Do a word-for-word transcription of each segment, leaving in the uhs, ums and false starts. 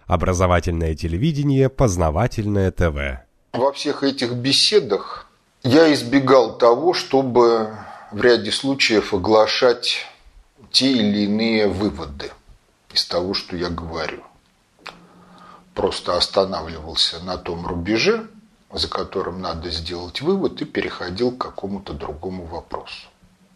Образовательное телевидение, познавательное ТВ. Во всех этих беседах я избегал того, чтобы в ряде случаев оглашать те или иные выводы из того, что я говорю. Просто останавливался на том рубеже, за которым надо сделать вывод, и переходил к какому-то другому вопросу.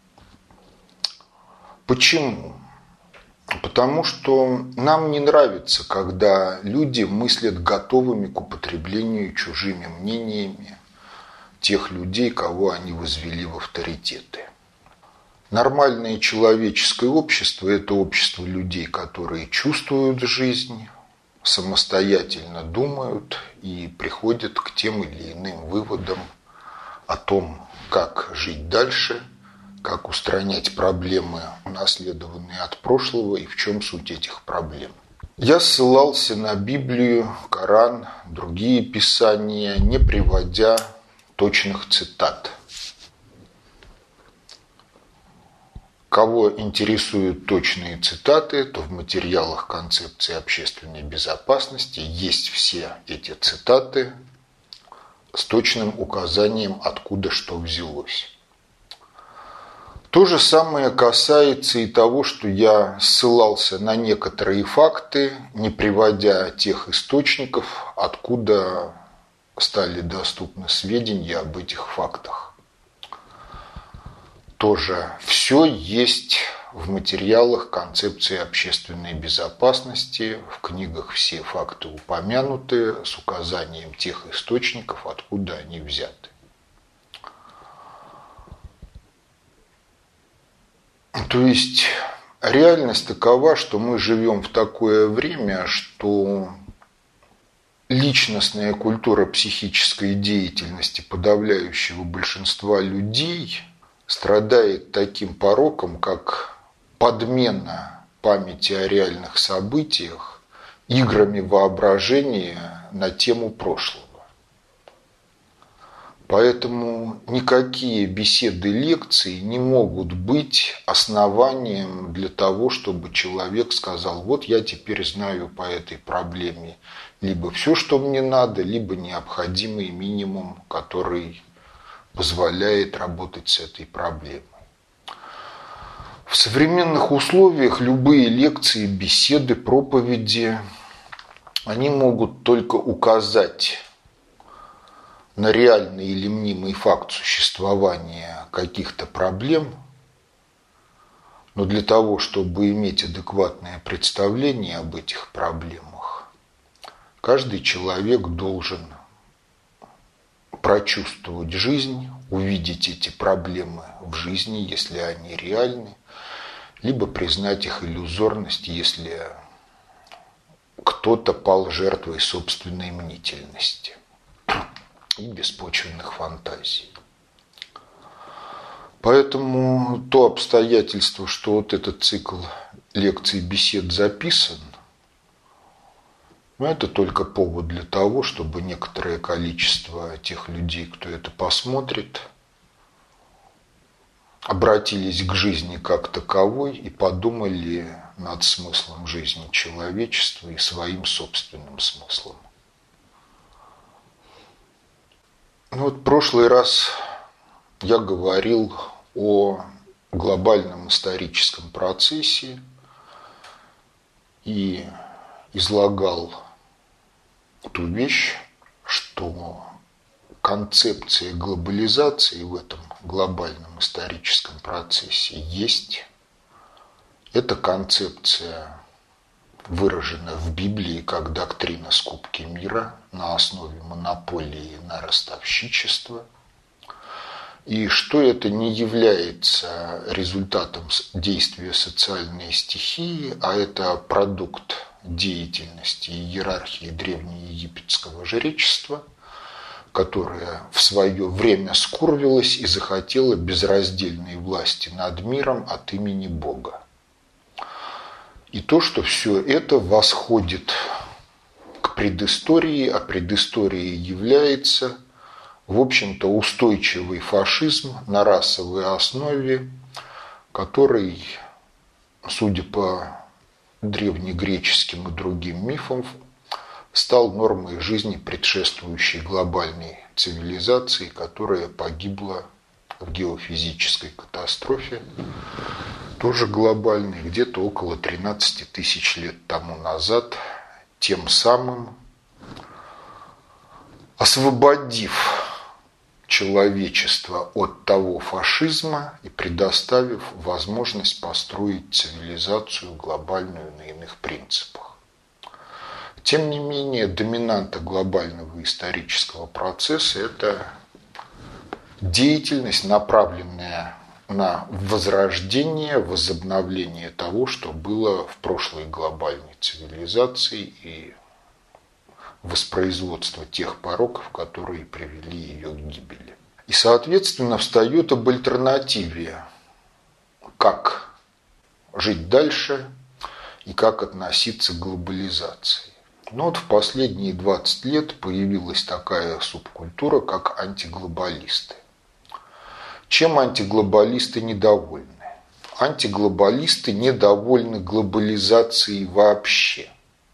Почему? Потому что нам не нравится, когда люди мыслят готовыми к употреблению чужими мнениями тех людей, кого они возвели в авторитеты. Нормальное человеческое общество – это общество людей, которые чувствуют жизнь, самостоятельно думают и приходят к тем или иным выводам о том, как жить дальше, как устранять проблемы, унаследованные от прошлого, и в чем суть этих проблем. Я ссылался на Библию, Коран, другие писания, не приводя точных цитат. Кого интересуют точные цитаты, то в материалах концепции общественной безопасности есть все эти цитаты с точным указанием, откуда что взялось. То же самое касается и того, что я ссылался на некоторые факты, не приводя тех источников, откуда стали доступны сведения об этих фактах. Тоже все есть в материалах концепции общественной безопасности, в книгах все факты упомянуты с указанием тех источников, откуда они взяты. То есть реальность такова, что мы живем в такое время, что личностная культура психической деятельности подавляющего большинства людей страдает таким пороком, как подмена памяти о реальных событиях играми воображения на тему прошлого. Поэтому никакие беседы, лекции не могут быть основанием для того, чтобы человек сказал: вот я теперь знаю по этой проблеме либо все, что мне надо, либо необходимый минимум, который позволяет работать с этой проблемой. В современных условиях любые лекции, беседы, проповеди, они могут только указать на реальный или мнимый факт существования каких-то проблем, но для того, чтобы иметь адекватное представление об этих проблемах, каждый человек должен прочувствовать жизнь, увидеть эти проблемы в жизни, если они реальны, либо признать их иллюзорность, если кто-то пал жертвой собственной мнительности и беспочвенных фантазий. Поэтому то обстоятельство, что вот этот цикл лекций, бесед записан, это только повод для того, чтобы некоторое количество тех людей, кто это посмотрит, обратились к жизни как таковой и подумали над смыслом жизни человечества и своим собственным смыслом. Ну вот в прошлый раз я говорил о глобальном историческом процессе и излагал ту вещь, что концепция глобализации в этом глобальном историческом процессе есть. Эта концепция выражена в Библии как доктрина скупки мира на основе монополии на ростовщичество. И что это не является результатом действия социальной стихии, а это продукт деятельности и иерархии древнеегипетского жречества, которое в свое время скурвилось и захотело безраздельной власти над миром от имени Бога. И то, что все это восходит к предыстории, а предысторией является, в общем-то, устойчивый фашизм на расовой основе, который, судя по древнегреческим и другим мифам, стал нормой жизни предшествующей глобальной цивилизации, которая погибла в геофизической катастрофе, тоже глобальной, где-то около тринадцати тысяч лет тому назад, тем самым освободив человечество от того фашизма и предоставив возможность построить цивилизацию глобальную на иных принципах. Тем не менее, доминанта глобального исторического процесса – это деятельность, направленная на возрождение, возобновление того, что было в прошлой глобальной цивилизации, и воспроизводство тех пороков, которые привели ее к гибели. И, соответственно, встает об альтернативе, как жить дальше и как относиться к глобализации. Но вот в последние двадцать лет появилась такая субкультура, как антиглобалисты. Чем антиглобалисты недовольны? Антиглобалисты недовольны глобализацией вообще.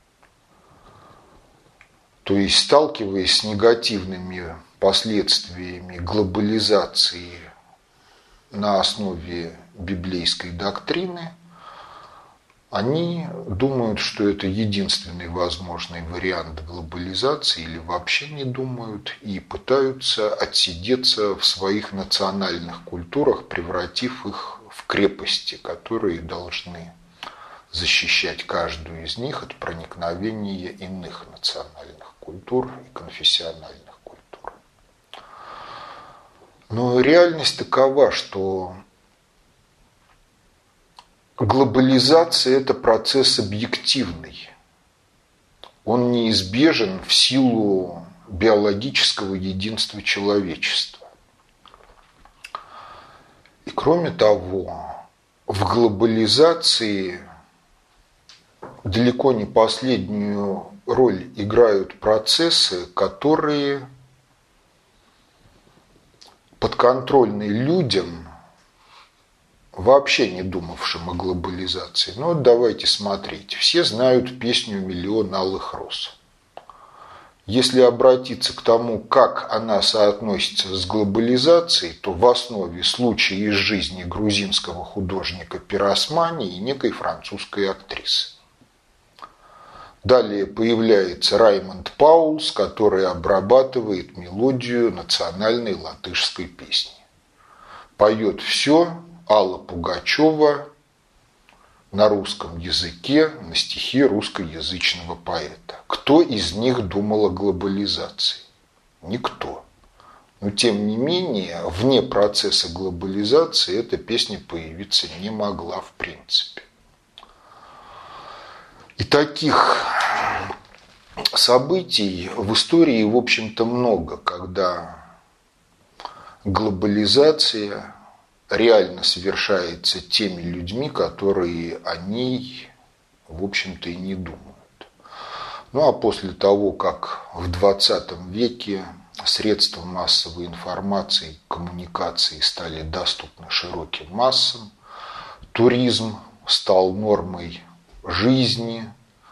То есть, сталкиваясь с негативными последствиями глобализации на основе библейской доктрины, они думают, что это единственный возможный вариант глобализации, или вообще не думают, и пытаются отсидеться в своих национальных культурах, превратив их в крепости, которые должны защищать каждую из них от проникновения иных национальных культур и конфессиональных культур. Но реальность такова, что глобализация – это процесс объективный. Он неизбежен в силу биологического единства человечества. И кроме того, в глобализации далеко не последнюю роль играют процессы, которые подконтрольны людям, вообще не думавшим о глобализации. Ну вот давайте смотреть. Все знают песню «Миллион алых роз». Если обратиться к тому, как она соотносится с глобализацией, то в основе случай из жизни грузинского художника Пиросмани и некой французской актрисы. Далее появляется Раймонд Паулс, который обрабатывает мелодию национальной латышской песни. Поет все Алла Пугачева на русском языке, на стихи русскоязычного поэта. Кто из них думал о глобализации? Никто. Но тем не менее, вне процесса глобализации эта песня появиться не могла в принципе. И таких событий в истории, в общем-то, много, когда глобализация реально совершается теми людьми, которые о ней, в общем-то, и не думают. Ну а после того, как в двадцатом веке средства массовой информации, коммуникации стали доступны широким массам, туризм стал нормой жизни,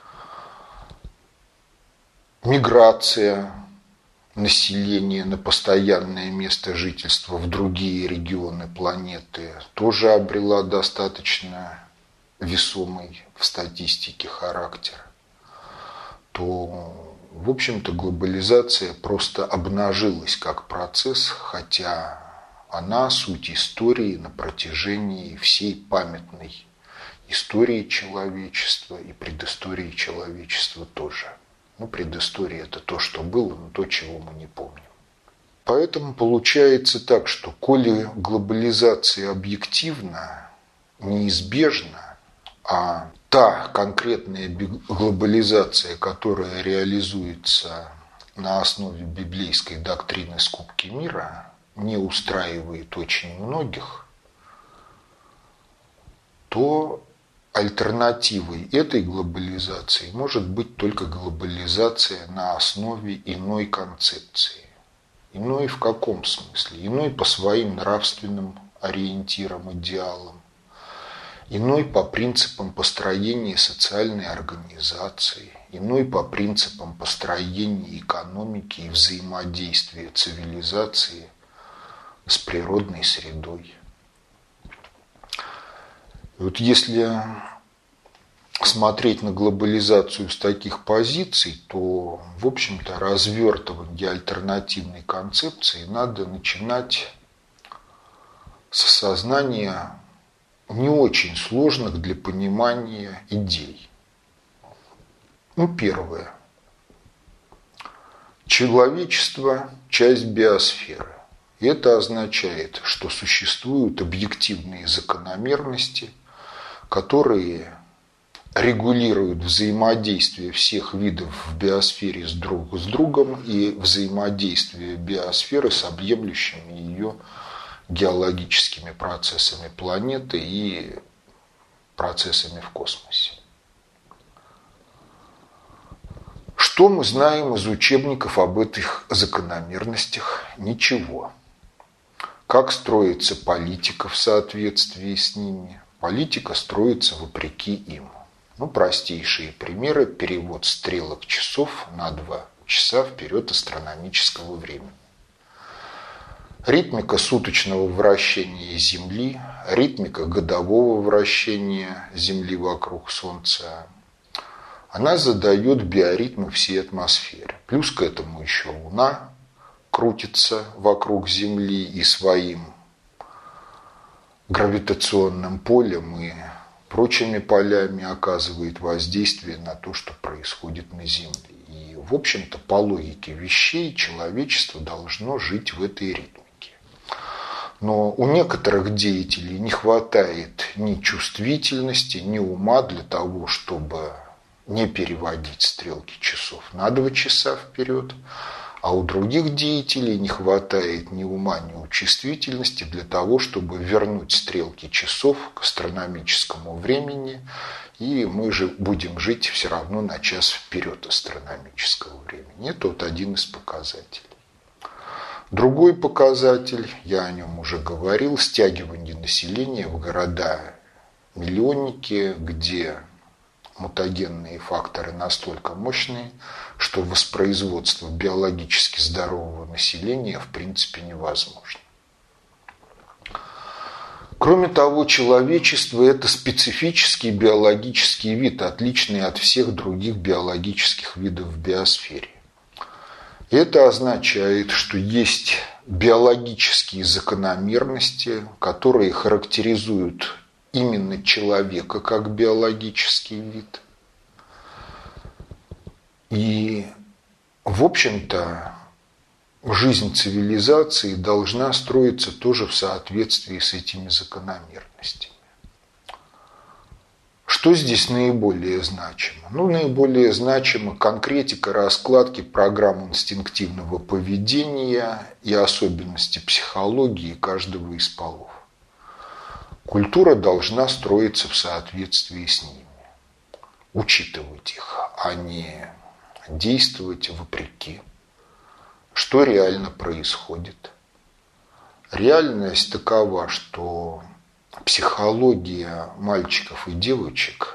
миграция населения на постоянное место жительства в другие регионы планеты тоже обрела достаточно весомый в статистике характер, то, в общем-то, глобализация просто обнажилась как процесс, хотя она суть истории на протяжении всей памятной истории человечества и предыстории человечества тоже. Ну, предыстория – это то, что было, но то, чего мы не помним. Поэтому получается так, что коли глобализация объективна, неизбежна, а та конкретная глобализация, которая реализуется на основе библейской доктрины скупки мира, не устраивает очень многих, то альтернативой этой глобализации может быть только глобализация на основе иной концепции. Иной в каком смысле? Иной по своим нравственным ориентирам, идеалам. иной по принципам построения социальной организации, иной по принципам построения экономики и взаимодействия цивилизации с природной средой. И вот если смотреть на глобализацию с таких позиций, то, в общем-то, развертывание альтернативной концепции надо начинать с осознания не очень сложных для понимания идей. Ну, первое. Человечество – часть биосферы. И это означает, что существуют объективные закономерности, которые регулируют взаимодействие всех видов в биосфере с друг с другом и взаимодействие биосферы с объемлющими ее геологическими процессами планеты и процессами в космосе. Что мы знаем из учебников об этих закономерностях? Ничего. Как строится политика в соответствии с ними? Политика строится вопреки им. Ну, простейшие примеры: перевод стрелок часов на два часа вперед астрономического времени. Ритмика суточного вращения Земли, ритмика годового вращения Земли вокруг Солнца, она задает биоритмы всей атмосферы. Плюс к этому еще Луна крутится вокруг Земли и своим гравитационным полем и прочими полями оказывает воздействие на то, что происходит на Земле. И, в общем-то, по логике вещей человечество должно жить в этой ритмике. Но у некоторых деятелей не хватает ни чувствительности, ни ума для того, чтобы не переводить стрелки часов на два часа вперед, а у других деятелей не хватает ни ума, ни чувствительности для того, чтобы вернуть стрелки часов к астрономическому времени, и мы же будем жить все равно на час вперед астрономического времени. Это вот один из показателей. Другой показатель, я о нем уже говорил, стягивание населения в города-миллионники, где мутагенные факторы настолько мощные, что воспроизводство биологически здорового населения в принципе невозможно. Кроме того, человечество – это специфический биологический вид, отличный от всех других биологических видов в биосфере. Это означает, что есть биологические закономерности, которые характеризуют именно человека как биологический вид. И, в общем-то, жизнь цивилизации должна строиться тоже в соответствии с этими закономерностями. Что здесь наиболее значимо? Ну, наиболее значима конкретика раскладки программ инстинктивного поведения и особенности психологии каждого из полов. Культура должна строиться в соответствии с ними, учитывать их, а не действовать вопреки. Что реально происходит? Реальность такова, что психология мальчиков и девочек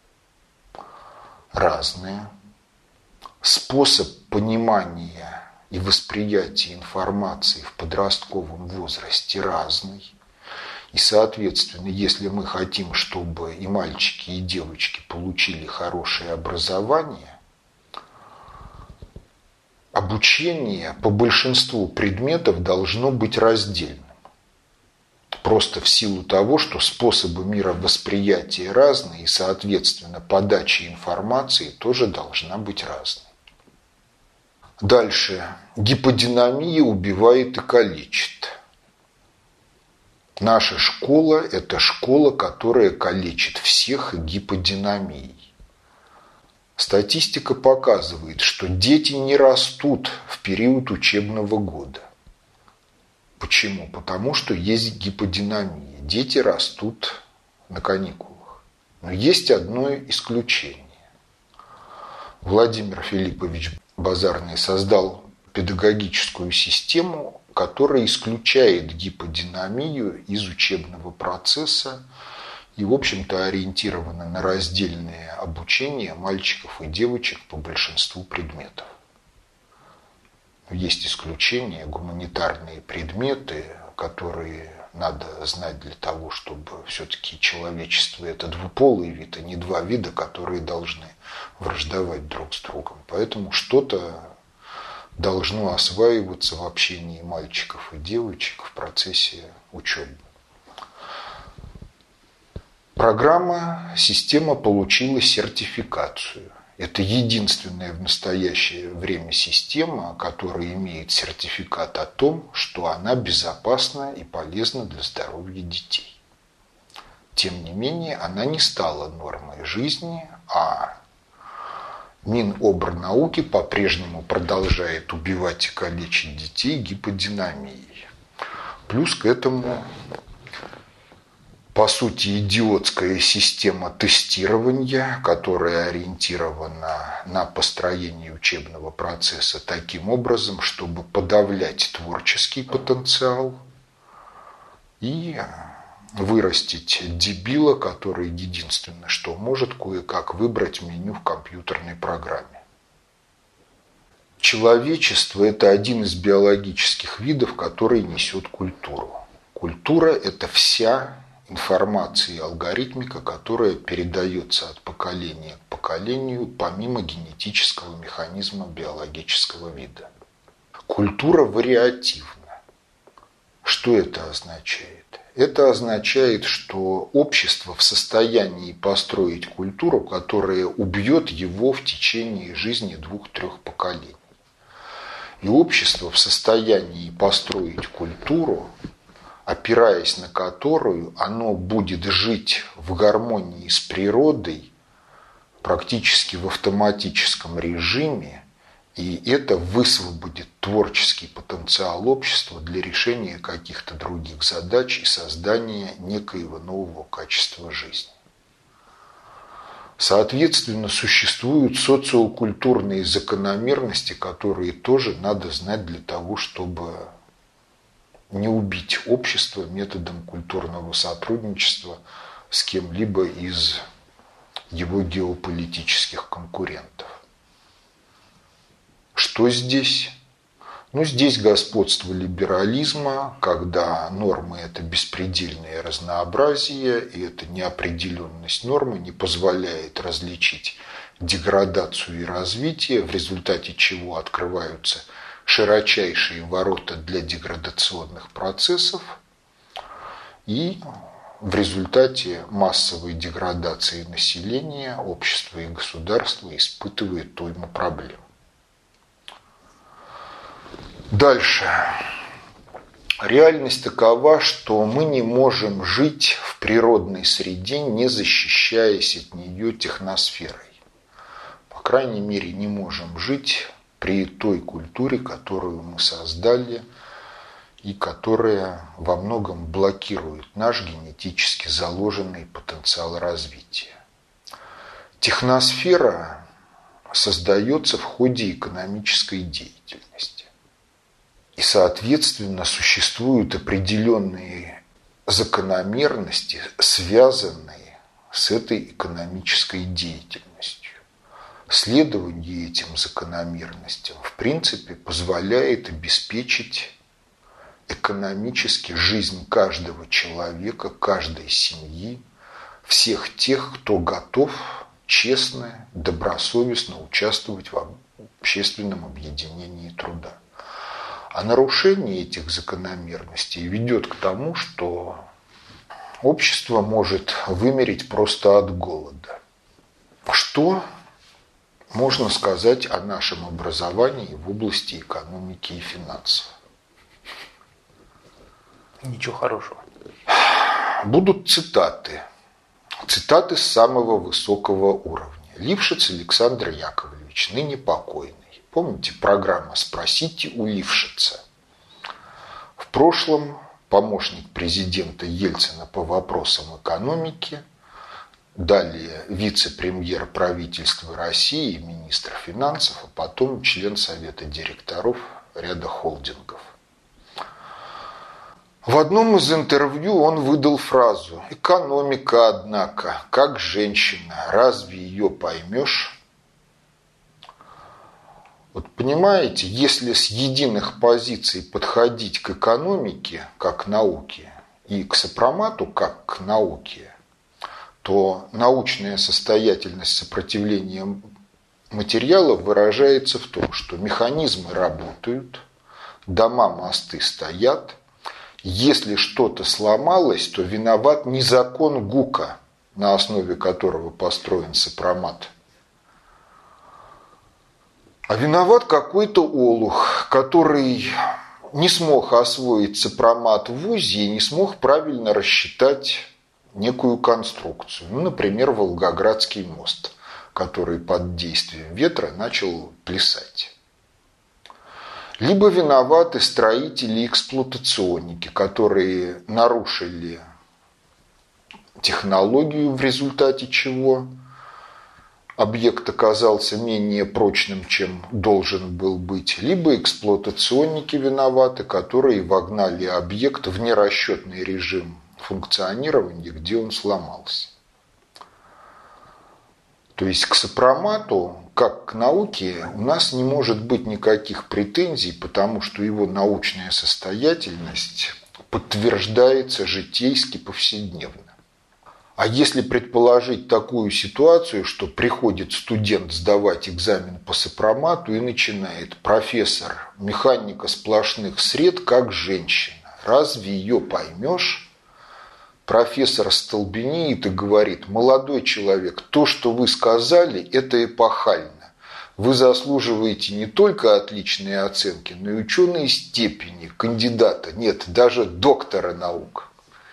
разная, способ понимания и восприятия информации в подростковом возрасте разный. И, соответственно, если мы хотим, чтобы и мальчики, и девочки получили хорошее образование, обучение по большинству предметов должно быть раздельным. Просто в силу того, что способы мировосприятия разные, и, соответственно, подача информации тоже должна быть разной. Дальше. Гиподинамия убивает и калечит. Наша школа – это школа, которая калечит всех гиподинамией. Статистика показывает, что дети не растут в период учебного года. Почему? Потому что есть гиподинамия. Дети растут на каникулах. Но есть одно исключение. Владимир Филиппович Базарный создал педагогическую систему, которая исключает гиподинамию из учебного процесса и, в общем-то, ориентированы на раздельное обучение мальчиков и девочек по большинству предметов. Есть исключения, гуманитарные предметы, которые надо знать для того, чтобы все-таки человечество – это двуполый вид, а не два вида, которые должны враждовать друг с другом. Поэтому что-то должно осваиваться в общении мальчиков и девочек в процессе учебы. Программа, система получила сертификацию. Это единственная в настоящее время система, которая имеет сертификат о том, что она безопасна и полезна для здоровья детей. Тем не менее, она не стала нормой жизни, а Минобрнауки по-прежнему продолжает убивать и калечить детей гиподинамией. Плюс к этому, по сути, идиотская система тестирования, которая ориентирована на построение учебного процесса таким образом, чтобы подавлять творческий потенциал и вырастить дебила, который единственное, что может кое-как выбрать меню в компьютерной программе. Человечество – это один из биологических видов, который несет культуру. Культура – это вся информация и алгоритмика, которая передается от поколения к поколению помимо генетического механизма биологического вида. Культура вариативна. Что это означает? Это означает, что общество в состоянии построить культуру, которая убьет его в течение жизни двух-трех поколений. И общество в состоянии построить культуру, опираясь на которую оно будет жить в гармонии с природой, практически в автоматическом режиме, и это высвободит творческий потенциал общества для решения каких-то других задач и создания некоего нового качества жизни. Соответственно, существуют социокультурные закономерности, которые тоже надо знать для того, чтобы не убить общество методом культурного сотрудничества с кем-либо из его геополитических конкурентов. Что здесь? Ну, здесь господство либерализма, когда нормы – это беспредельное разнообразие, и эта неопределенность нормы не позволяет различить деградацию и развитие, в результате чего открываются широчайшие ворота для деградационных процессов, и в результате массовой деградации населения общество и государство испытывает уйму проблем. Дальше. Реальность такова, что мы не можем жить в природной среде, не защищаясь от нее техносферой. По крайней мере, не можем жить при той культуре, которую мы создали и которая во многом блокирует наш генетически заложенный потенциал развития. Техносфера создается в ходе экономической деятельности. И, соответственно, существуют определенные закономерности, связанные с этой экономической деятельностью. Следование этим закономерностям, в принципе, позволяет обеспечить экономически жизнь каждого человека, каждой семьи, всех тех, кто готов честно, добросовестно участвовать в общественном объединении труда. А нарушение этих закономерностей ведет к тому, что общество может вымереть просто от голода. Что можно сказать о нашем образовании в области экономики и финансов? Ничего хорошего. Будут цитаты. Цитаты с самого высокого уровня. Лившиц Александр Яковлевич, ныне покойный. Помните программа «Спросите у Лившица»? В прошлом помощник президента Ельцина по вопросам экономики, далее вице-премьер правительства России, министр финансов, а потом член совета директоров ряда холдингов. В одном из интервью он выдал фразу: «Экономика, однако, как женщина, разве ее поймешь?» Вот понимаете, если с единых позиций подходить к экономике как к науке и к сопромату как к науке, то научная состоятельность сопротивления материалов выражается в том, что механизмы работают, дома, мосты стоят. Если что-то сломалось, то виноват не закон Гука, на основе которого построен сопромат, а виноват какой-то олух, который не смог освоить сопромат в ВУЗе и не смог правильно рассчитать некую конструкцию. Ну, например, Волгоградский мост, который под действием ветра начал плясать. Либо виноваты строители и эксплуатационники, которые нарушили технологию, в результате чего объект оказался менее прочным, чем должен был быть. Либо эксплуатационники виноваты, которые вогнали объект в нерасчетный режим функционирования, где он сломался. То есть к сопромату, как к науке, у нас не может быть никаких претензий, потому что его научная состоятельность подтверждается житейски повседневно. А если предположить такую ситуацию, что приходит студент сдавать экзамен по сопромату и начинает: «Профессор, механика сплошных сред как женщина, разве ее поймешь?» Профессор столбенеет и говорит: «Молодой человек, то, что вы сказали, это эпохально. Вы заслуживаете не только отличные оценки, но и ученые степени, кандидата, нет, даже доктора наук».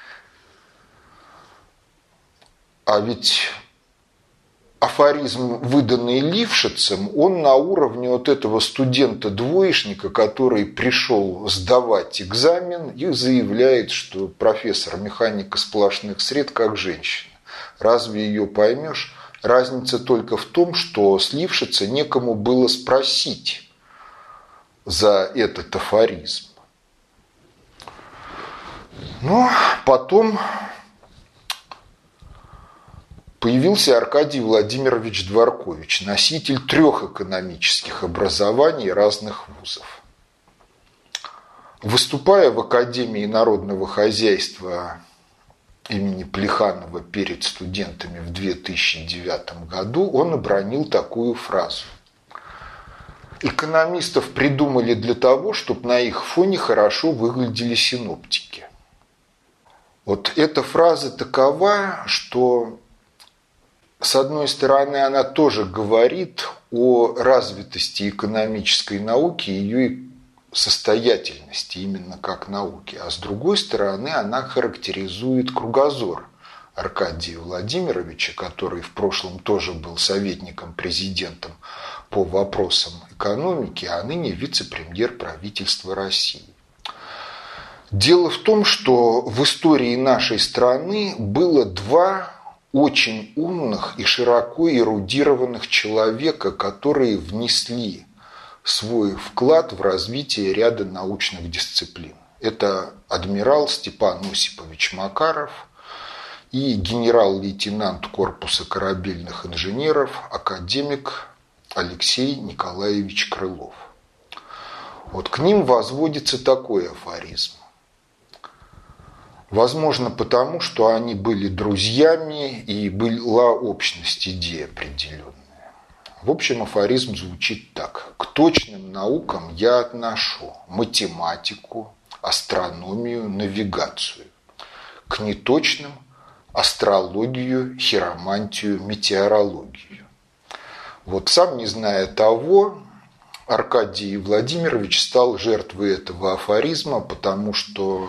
А ведь афоризм, выданный Лившицем, он на уровне вот этого студента-двоечника, который пришел сдавать экзамен и заявляет, что профессор механика сплошных сред как женщина. Разве ее поймешь? Разница только в том, что с Лившица некому было спросить за этот афоризм. Но потом появился Аркадий Владимирович Дворкович, носитель трех экономических образований разных вузов. Выступая в Академии народного хозяйства имени Плеханова перед студентами в две тысячи девятом году, он обронил такую фразу: «Экономистов придумали для того, чтобы на их фоне хорошо выглядели синоптики». Вот эта фраза такова, что с одной стороны, она тоже говорит о развитости экономической науки и ее состоятельности именно как науки. А с другой стороны, она характеризует кругозор Аркадия Владимировича, который в прошлом тоже был советником президентом по вопросам экономики, а ныне вице-премьер правительства России. Дело в том, что в истории нашей страны было два очень умных и широко эрудированных человека, которые внесли свой вклад в развитие ряда научных дисциплин. Это адмирал Степан Осипович Макаров и генерал-лейтенант корпуса корабельных инженеров, академик Алексей Николаевич Крылов. Вот к ним возводится такой афоризм. Возможно, потому, что они были друзьями и была общность идей определенная. В общем, афоризм звучит так: «К точным наукам я отношу математику, астрономию, навигацию. К неточным – астрологию, хиромантию, метеорологию». Вот сам не зная того, Аркадий Владимирович стал жертвой этого афоризма, потому что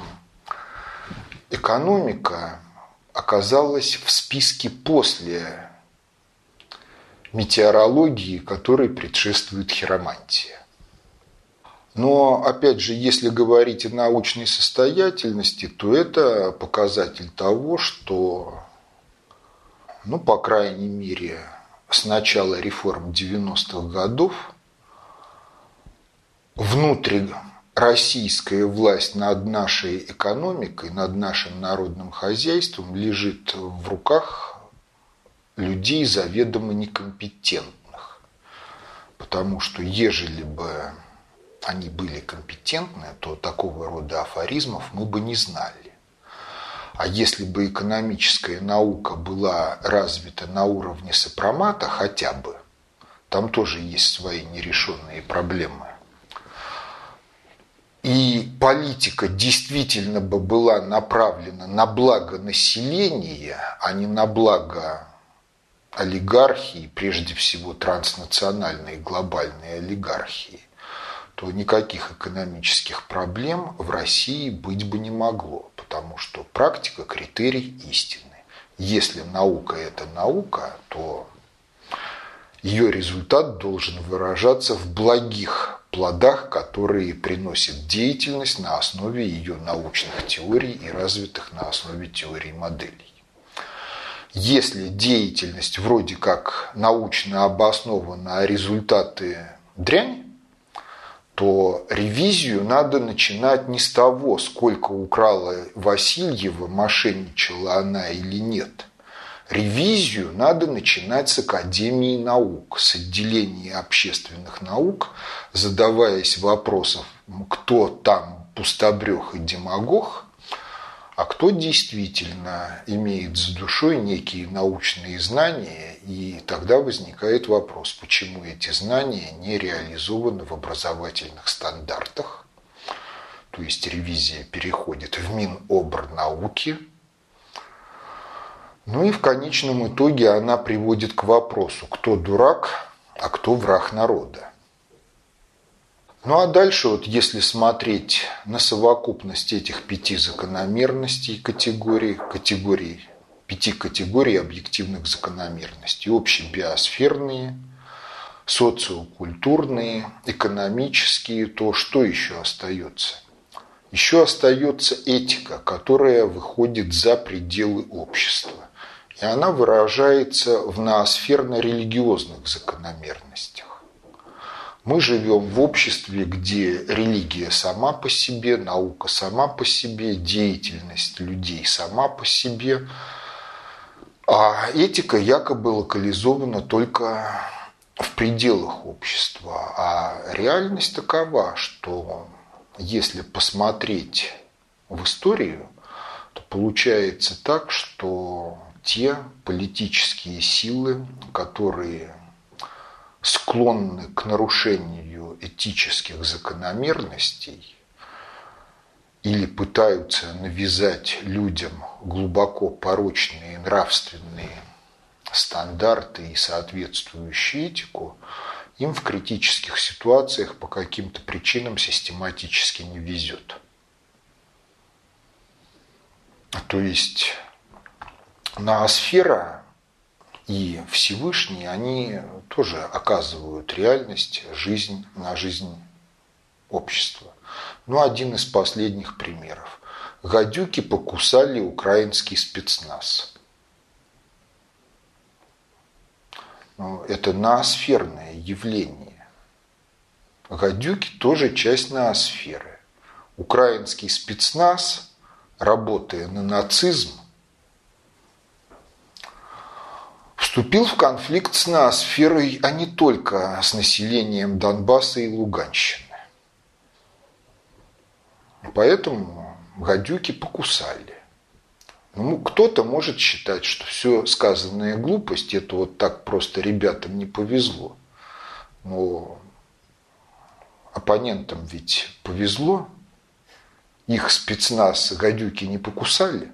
экономика оказалась в списке после метеорологии, которой предшествует хиромантия. Но, опять же, если говорить о научной состоятельности, то это показатель того, что, ну, по крайней мере, с начала реформ девяностых годов внутри российская власть над нашей экономикой, над нашим народным хозяйством лежит в руках людей заведомо некомпетентных. Потому что ежели бы они были компетентны, то такого рода афоризмов мы бы не знали. А если бы экономическая наука была развита на уровне сопромата хотя бы, там тоже есть свои нерешенные проблемы, и политика действительно бы была направлена на благо населения, а не на благо олигархии, прежде всего транснациональной и глобальной олигархии, то никаких экономических проблем в России быть бы не могло, потому что практика – критерий истины. Если наука – это наука, то ее результат должен выражаться в благих плодах, которые приносит деятельность на основе ее научных теорий и развитых на основе теорий моделей. Если деятельность вроде как научно обоснована, а результаты дрянь, то ревизию надо начинать не с того, сколько украла Васильева, мошенничала она или нет. Ревизию надо начинать с Академии наук, с отделения общественных наук, задаваясь вопросом, кто там пустобрех и демагог, а кто действительно имеет за душой некие научные знания, и тогда возникает вопрос, почему эти знания не реализованы в образовательных стандартах, то есть ревизия переходит в Минобрнауки. Ну и в конечном итоге она приводит к вопросу, кто дурак, а кто враг народа. Ну а дальше, вот если смотреть на совокупность этих пяти закономерностей категорий, категорий, пяти категорий объективных закономерностей, общебиосферные, социокультурные, экономические, то что еще остается? Еще остается этика, которая выходит за пределы общества. И она выражается в ноосферно-религиозных закономерностях. Мы живем в обществе, где религия сама по себе, наука сама по себе, деятельность людей сама по себе, а этика якобы локализована только в пределах общества. А реальность такова, что если посмотреть в историю, то получается так, что те политические силы, которые склонны к нарушению этических закономерностей или пытаются навязать людям глубоко порочные нравственные стандарты и соответствующую этику, им в критических ситуациях по каким-то причинам систематически не везет. То есть ноосфера и Всевышний, они тоже оказывают реальность, жизнь на жизнь общества. Ну, один из последних примеров. Гадюки покусали украинский спецназ. Ну, это ноосферное явление. Гадюки тоже часть ноосферы. Украинский спецназ, работая на нацизм, вступил в конфликт с ноосферой, а не только с населением Донбасса и Луганщины. Поэтому гадюки покусали. Ну, кто-то может считать, что все сказанное глупость, это вот так просто ребятам не повезло. Но оппонентам ведь повезло. Их спецназ гадюки не покусали.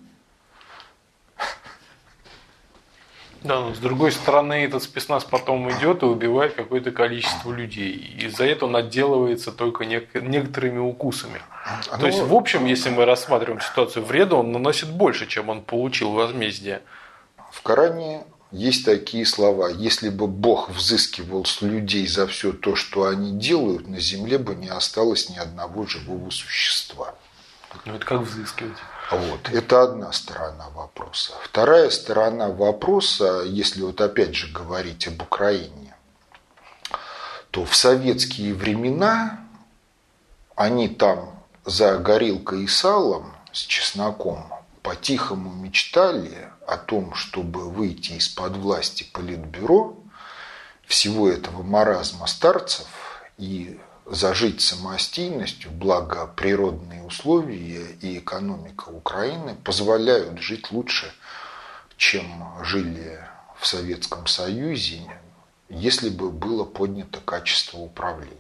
Да, но с другой стороны, этот спецназ потом идет и убивает какое-то количество людей. И за это он отделывается только нек- некоторыми укусами. Но... То есть, в общем, если мы рассматриваем ситуацию, вреда он наносит больше, чем он получил возмездие. В Коране есть такие слова. Если бы Бог взыскивал с людей за все то, что они делают, на земле бы не осталось ни одного живого существа. Ну, это как взыскивать? Вот. Это одна сторона вопроса. Вторая сторона вопроса, если вот опять же говорить об Украине, то в советские времена они там за горилкой и салом с чесноком по-тихому мечтали о том, чтобы выйти из-под власти политбюро, всего этого маразма старцев и зажить самостийностью, благо природные условия и экономика Украины позволяют жить лучше, чем жили в Советском Союзе, если бы было поднято качество управления.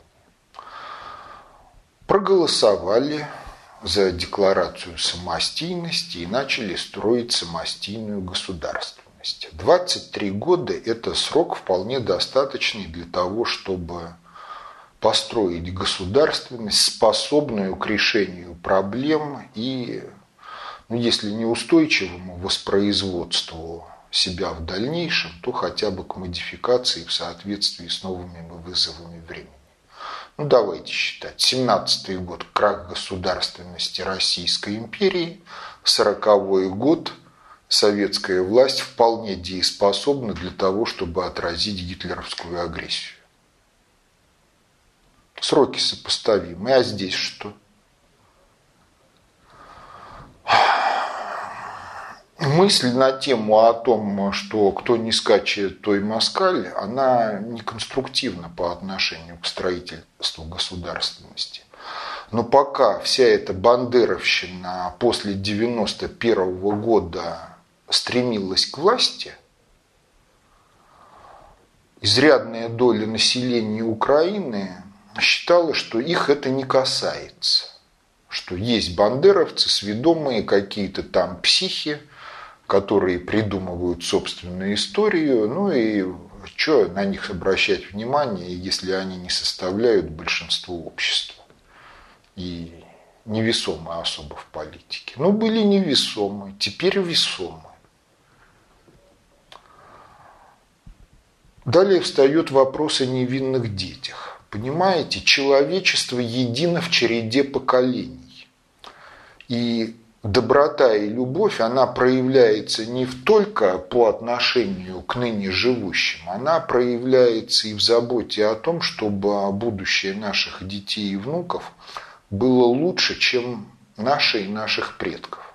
Проголосовали за декларацию самостийности и начали строить самостийную государственность. двадцать три года – это срок вполне достаточный для того, чтобы построить государственность, способную к решению проблем и, ну, если не устойчивому воспроизводству себя в дальнейшем, то хотя бы к модификации в соответствии с новыми вызовами времени. Ну, давайте считать. семнадцатый год – крах государственности Российской империи. сороковой год – советская власть вполне дееспособна для того, чтобы отразить гитлеровскую агрессию. Сроки сопоставимы. А здесь что? Мысль на тему о том, что кто не скачет, то и москаль, она не конструктивна по отношению к строительству государственности. Но пока вся эта бандеровщина после девяносто первого года стремилась к власти, изрядная доля населения Украины считала, что их это не касается. Что есть бандеровцы, сведомые какие-то там психи, которые придумывают собственную историю, ну и что на них обращать внимание, если они не составляют большинство общества и невесомы особо в политике. Ну, были невесомы, теперь весомы. Далее встает вопрос о невинных детях. Понимаете, человечество едино в череде поколений. И доброта и любовь, она проявляется не только по отношению к ныне живущим, она проявляется и в заботе о том, чтобы будущее наших детей и внуков было лучше, чем наше и наших предков.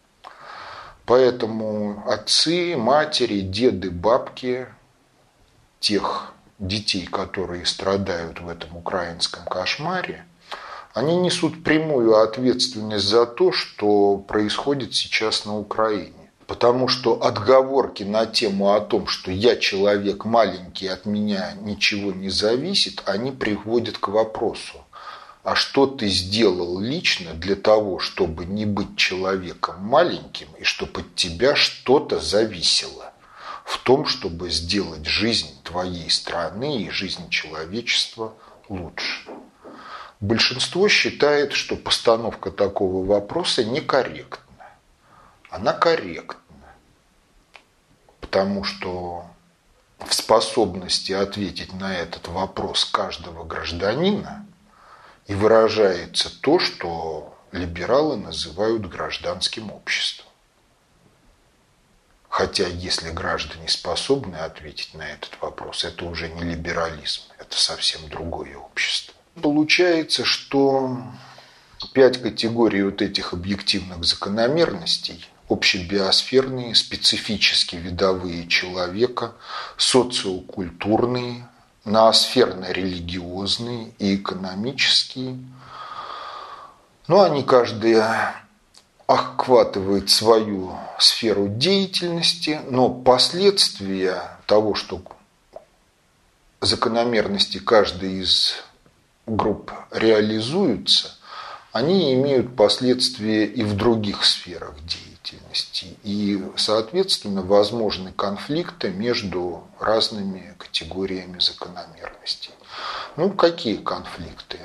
Поэтому отцы, матери, деды, бабки тех детей, которые страдают в этом украинском кошмаре, они несут прямую ответственность за то, что происходит сейчас на Украине. Потому что отговорки на тему о том, что я человек маленький, от меня ничего не зависит, они приводят к вопросу: а что ты сделал лично для того, чтобы не быть человеком маленьким и чтобы от тебя что-то зависело в том, чтобы сделать жизнь твоей страны и жизнь человечества лучше? Большинство считает, что постановка такого вопроса некорректна. Она корректна, потому что в способности ответить на этот вопрос каждого гражданина и выражается то, что либералы называют гражданским обществом. Хотя, если граждане способны ответить на этот вопрос, это уже не либерализм, это совсем другое общество. Получается, что пять категорий вот этих объективных закономерностей – общебиосферные, специфически видовые человека, социокультурные, ноосферно-религиозные и экономические. Но они каждая охватывает свою сферу деятельности, но последствия того, что закономерности каждой из групп реализуются, они имеют последствия и в других сферах деятельности. И, соответственно, возможны конфликты между разными категориями закономерностей. Ну, какие конфликты?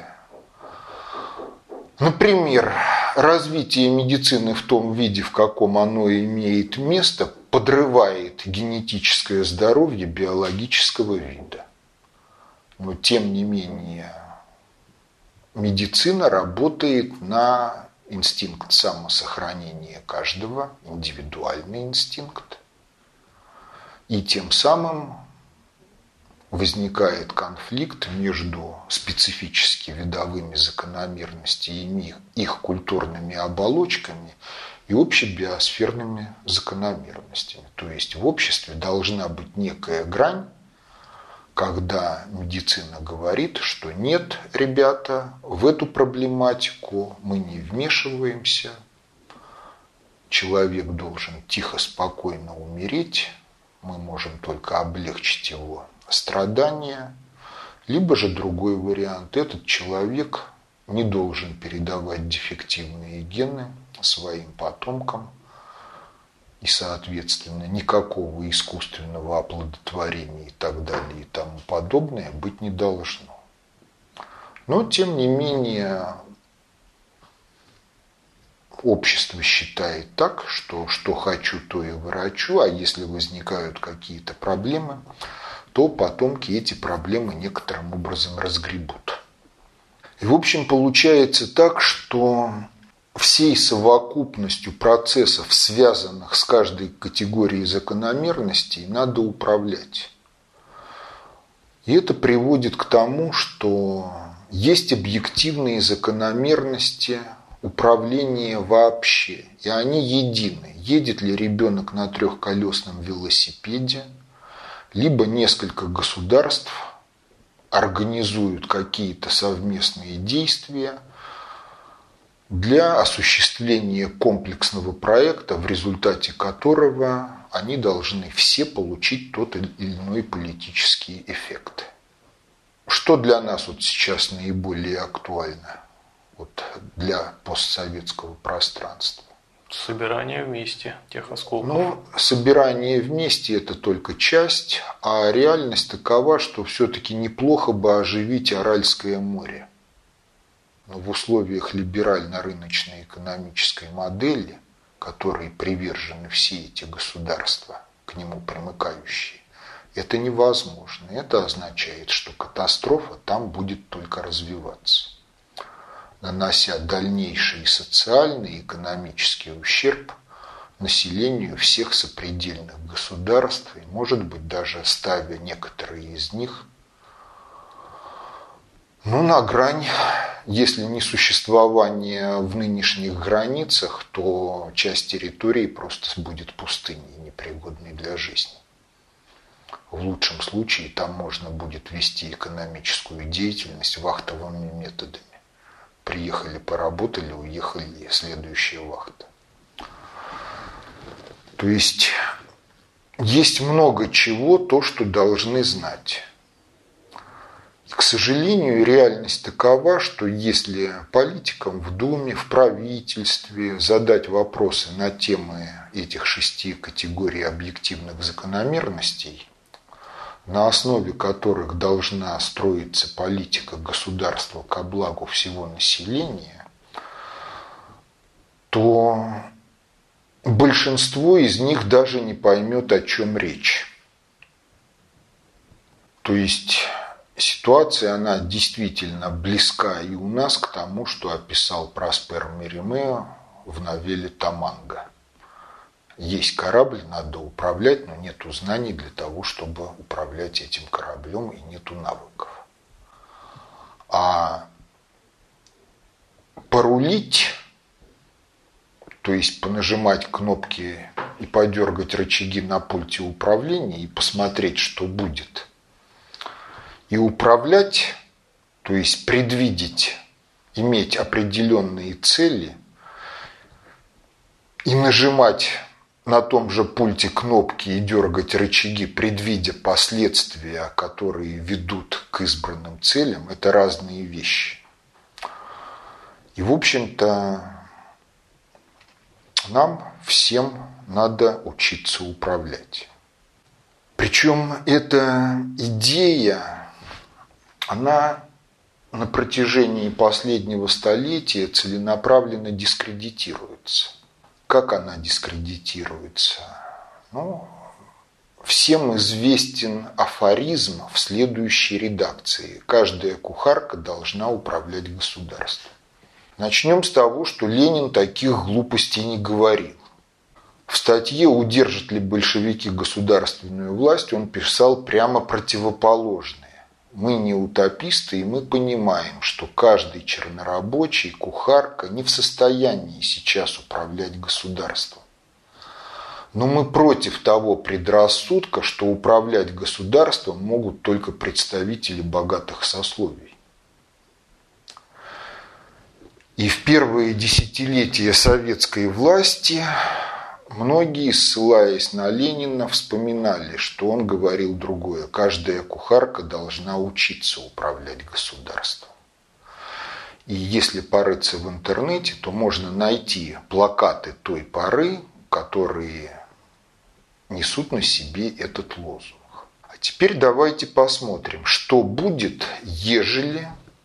Например, развитие медицины в том виде, в каком оно имеет место, подрывает генетическое здоровье биологического вида. Но, тем не менее, медицина работает на инстинкт самосохранения каждого, индивидуальный инстинкт. И тем самым возникает конфликт между специфически видовыми закономерностями, их культурными оболочками и общебиосферными закономерностями. То есть в обществе должна быть некая грань, когда медицина говорит, что нет, ребята, в эту проблематику мы не вмешиваемся, человек должен тихо, спокойно умереть, мы можем только облегчить его страдания, либо же другой вариант, этот человек не должен передавать дефективные гены своим потомкам, и, соответственно, никакого искусственного оплодотворения и так далее и тому подобное быть не должно. Но, тем не менее, общество считает так, что что хочу, то и ворочу, а если возникают какие-то проблемы, то потомки эти проблемы некоторым образом разгребут. И, в общем, получается так, что всей совокупностью процессов, связанных с каждой категорией закономерностей, надо управлять. И это приводит к тому, что есть объективные закономерности управления вообще, и они едины. Едет ли ребенок на трехколесном велосипеде, либо несколько государств организуют какие-то совместные действия для осуществления комплексного проекта, в результате которого они должны все получить тот или иной политический эффект. Что для нас вот сейчас наиболее актуально вот для постсоветского пространства? Собирание вместе тех осколков. Ну, собирание вместе – это только часть, а реальность такова, что все-таки неплохо бы оживить Аральское море. Но в условиях либерально-рыночной экономической модели, которой привержены все эти государства, к нему примыкающие, это невозможно. Это означает, что катастрофа там будет только развиваться, нанося дальнейший социальный и экономический ущерб населению всех сопредельных государств, и, может быть, даже ставя некоторые из них ну, на грань, если не существования в нынешних границах, то часть территории просто будет пустыней, непригодной для жизни. В лучшем случае там можно будет вести экономическую деятельность вахтовыми методами. Приехали, поработали, уехали, следующая вахта. То есть, есть много чего, то, что должны знать. К сожалению, реальность такова, что если политикам в Думе, в правительстве задать вопросы на темы этих шести категорий объективных закономерностей, на основе которых должна строиться политика государства ко благу всего населения, то большинство из них даже не поймет, о чем речь. То есть ситуация, она действительно близка и у нас к тому, что описал Проспер Мериме в новелле «Таманга». Есть корабль, надо управлять, но нету знаний для того, чтобы управлять этим кораблем, и нету навыков. А порулить, то есть понажимать кнопки и подергать рычаги на пульте управления и посмотреть, что будет, и управлять, то есть предвидеть, иметь определенные цели и нажимать на том же пульте кнопки и дергать рычаги, предвидя последствия, которые ведут к избранным целям, это разные вещи. И, в общем-то, нам всем надо учиться управлять. Причем эта идея, она на протяжении последнего столетия целенаправленно дискредитируется. Как она дискредитируется? Ну, всем известен афоризм в следующей редакции. Каждая кухарка должна управлять государством. Начнем с того, что Ленин таких глупостей не говорил. В статье «Удержат ли большевики государственную власть» он писал прямо противоположное. Мы не утописты, и мы понимаем, что каждый чернорабочий, кухарка не в состоянии сейчас управлять государством. Но мы против того предрассудка, что управлять государством могут только представители богатых сословий. И в первые десятилетия советской власти многие, ссылаясь на Ленина, вспоминали, что он говорил другое. Каждая кухарка должна учиться управлять государством. И если порыться в интернете, то можно найти плакаты той поры, которые несут на себе этот лозунг. А теперь давайте посмотрим, что будет, ежели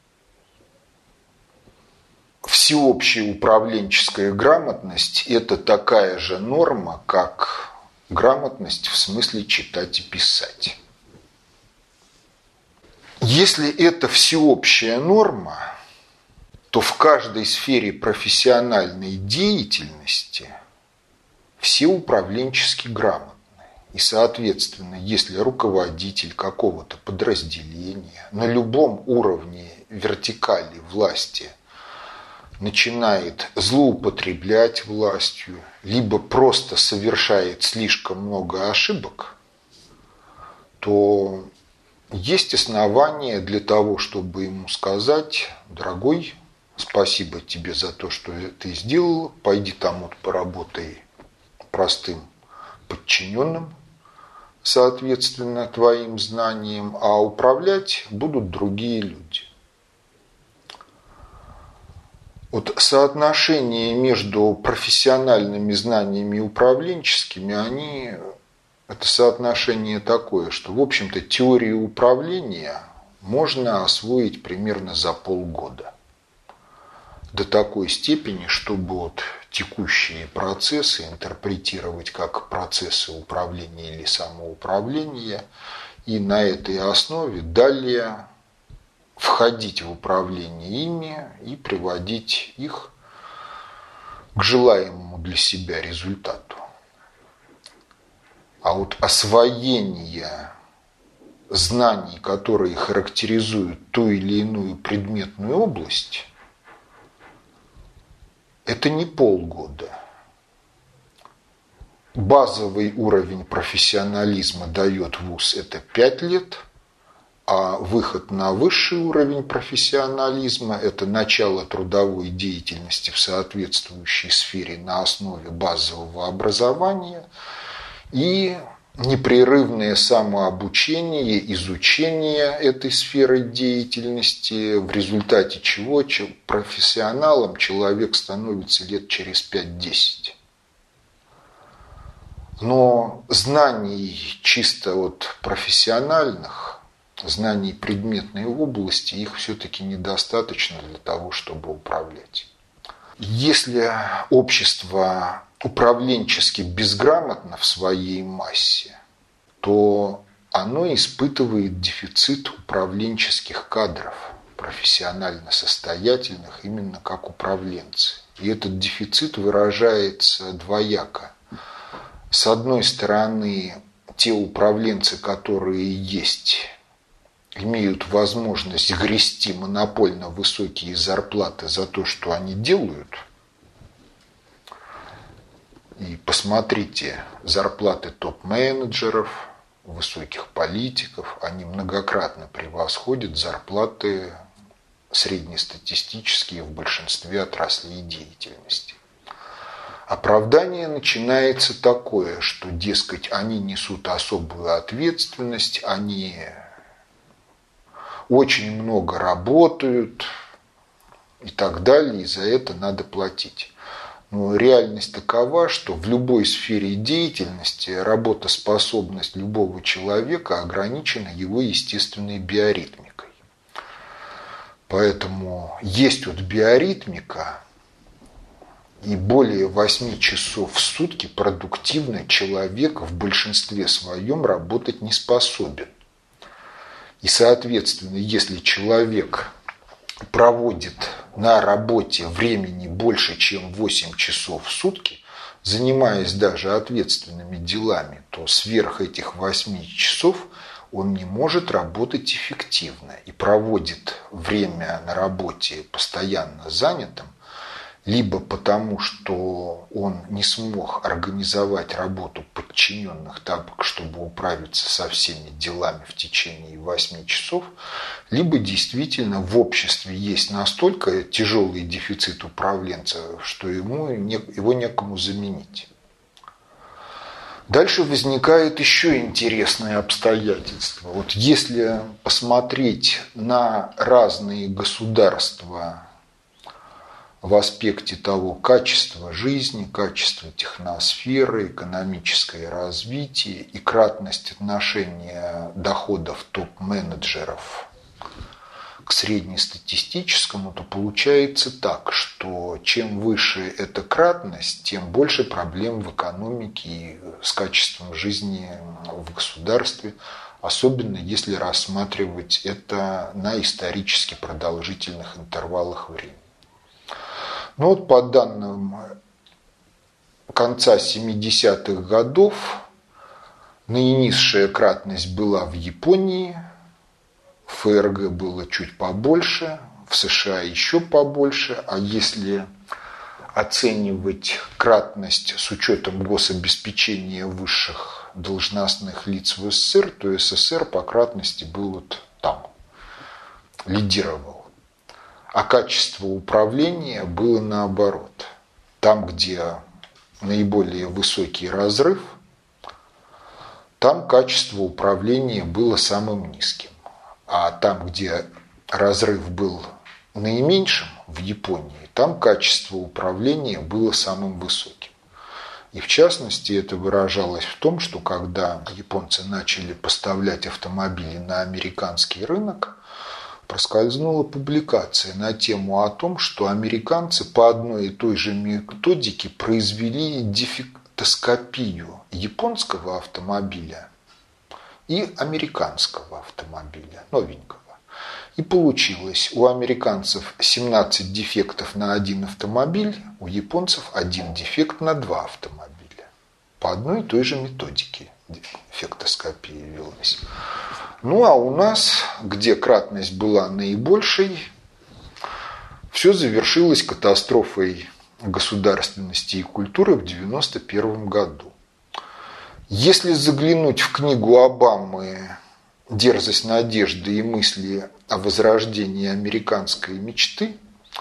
всеобщая управленческая грамотность – это такая же норма, как грамотность в смысле читать и писать. Если это всеобщая норма, то в каждой сфере профессиональной деятельности все управленчески грамотны. И, соответственно, если руководитель какого-то подразделения на любом уровне вертикали власти начинает злоупотреблять властью, либо просто совершает слишком много ошибок, то есть основания для того, чтобы ему сказать: дорогой, спасибо тебе за то, что ты сделал, пойди там вот поработай простым подчиненным, соответственно, твоим знаниям, а управлять будут другие люди. Вот соотношение между профессиональными знаниями и управленческими, они, это соотношение такое, что, в общем-то, теорию управления можно освоить примерно за полгода. До такой степени, чтобы вот текущие процессы интерпретировать как процессы управления или самоуправления, и на этой основе далее входить в управление ими и приводить их к желаемому для себя результату. А вот освоение знаний, которые характеризуют ту или иную предметную область, это не полгода. Базовый уровень профессионализма дает вуз – это пять лет, а выход на высший уровень профессионализма – это начало трудовой деятельности в соответствующей сфере на основе базового образования и непрерывное самообучение, изучение этой сферы деятельности, в результате чего профессионалом человек становится лет через пять-десять. Но знаний чисто вот профессиональных, знаний предметной области, их все-таки недостаточно для того, чтобы управлять. Если общество управленчески безграмотно в своей массе, то оно испытывает дефицит управленческих кадров, профессионально состоятельных именно как управленцы. И этот дефицит выражается двояко. С одной стороны, те управленцы, которые есть, имеют возможность грести монопольно высокие зарплаты за то, что они делают. И посмотрите, зарплаты топ-менеджеров, высоких политиков, они многократно превосходят зарплаты среднестатистические в большинстве отраслей деятельности. Оправдание начинается такое, что, дескать, они несут особую ответственность, они очень много работают и так далее, и за это надо платить. Но реальность такова, что в любой сфере деятельности работоспособность любого человека ограничена его естественной биоритмикой. Поэтому есть вот биоритмика, и более восьми часов в сутки продуктивно человек в большинстве своем работать не способен. И, соответственно, если человек проводит на работе времени больше, чем восемь часов в сутки, занимаясь даже ответственными делами, то сверх этих восьми часов он не может работать эффективно и проводит время на работе постоянно занятым, либо потому, что он не смог организовать работу подчиненных так, чтобы управиться со всеми делами в течение восьми часов, либо действительно в обществе есть настолько тяжелый дефицит управленца, что ему, его некому заменить. Дальше возникает еще интересное обстоятельство. Вот если посмотреть на разные государства в аспекте того качества жизни, качества техносферы, экономическое развитие и кратность отношения доходов топ-менеджеров к среднестатистическому, то получается так, что чем выше эта кратность, тем больше проблем в экономике и с качеством жизни в государстве, особенно если рассматривать это на исторически продолжительных интервалах времени. Ну вот по данным конца семидесятых годов, наинизшая кратность была в Японии, в ФРГ было чуть побольше, в США еще побольше, а если оценивать кратность с учетом гособеспечения высших должностных лиц в СССР, то СССР по кратности был вот там, лидировал. А качество управления было наоборот. Там, где наиболее высокий разрыв, там качество управления было самым низким. А там, где разрыв был наименьшим, в Японии, там качество управления было самым высоким. И в частности это выражалось в том, что когда японцы начали поставлять автомобили на американский рынок, проскользнула публикация на тему о том, что американцы по одной и той же методике произвели дефектоскопию японского автомобиля и американского автомобиля, новенького. И получилось у американцев семнадцать дефектов на один автомобиль, у японцев один дефект на два автомобиля. По одной и той же методике дефектоскопия велась. Ну а у нас, где кратность была наибольшей, все завершилось катастрофой государственности и культуры в девяносто первом году. Если заглянуть в книгу Обамы «Дерзость надежды и мысли о возрождении американской мечты»,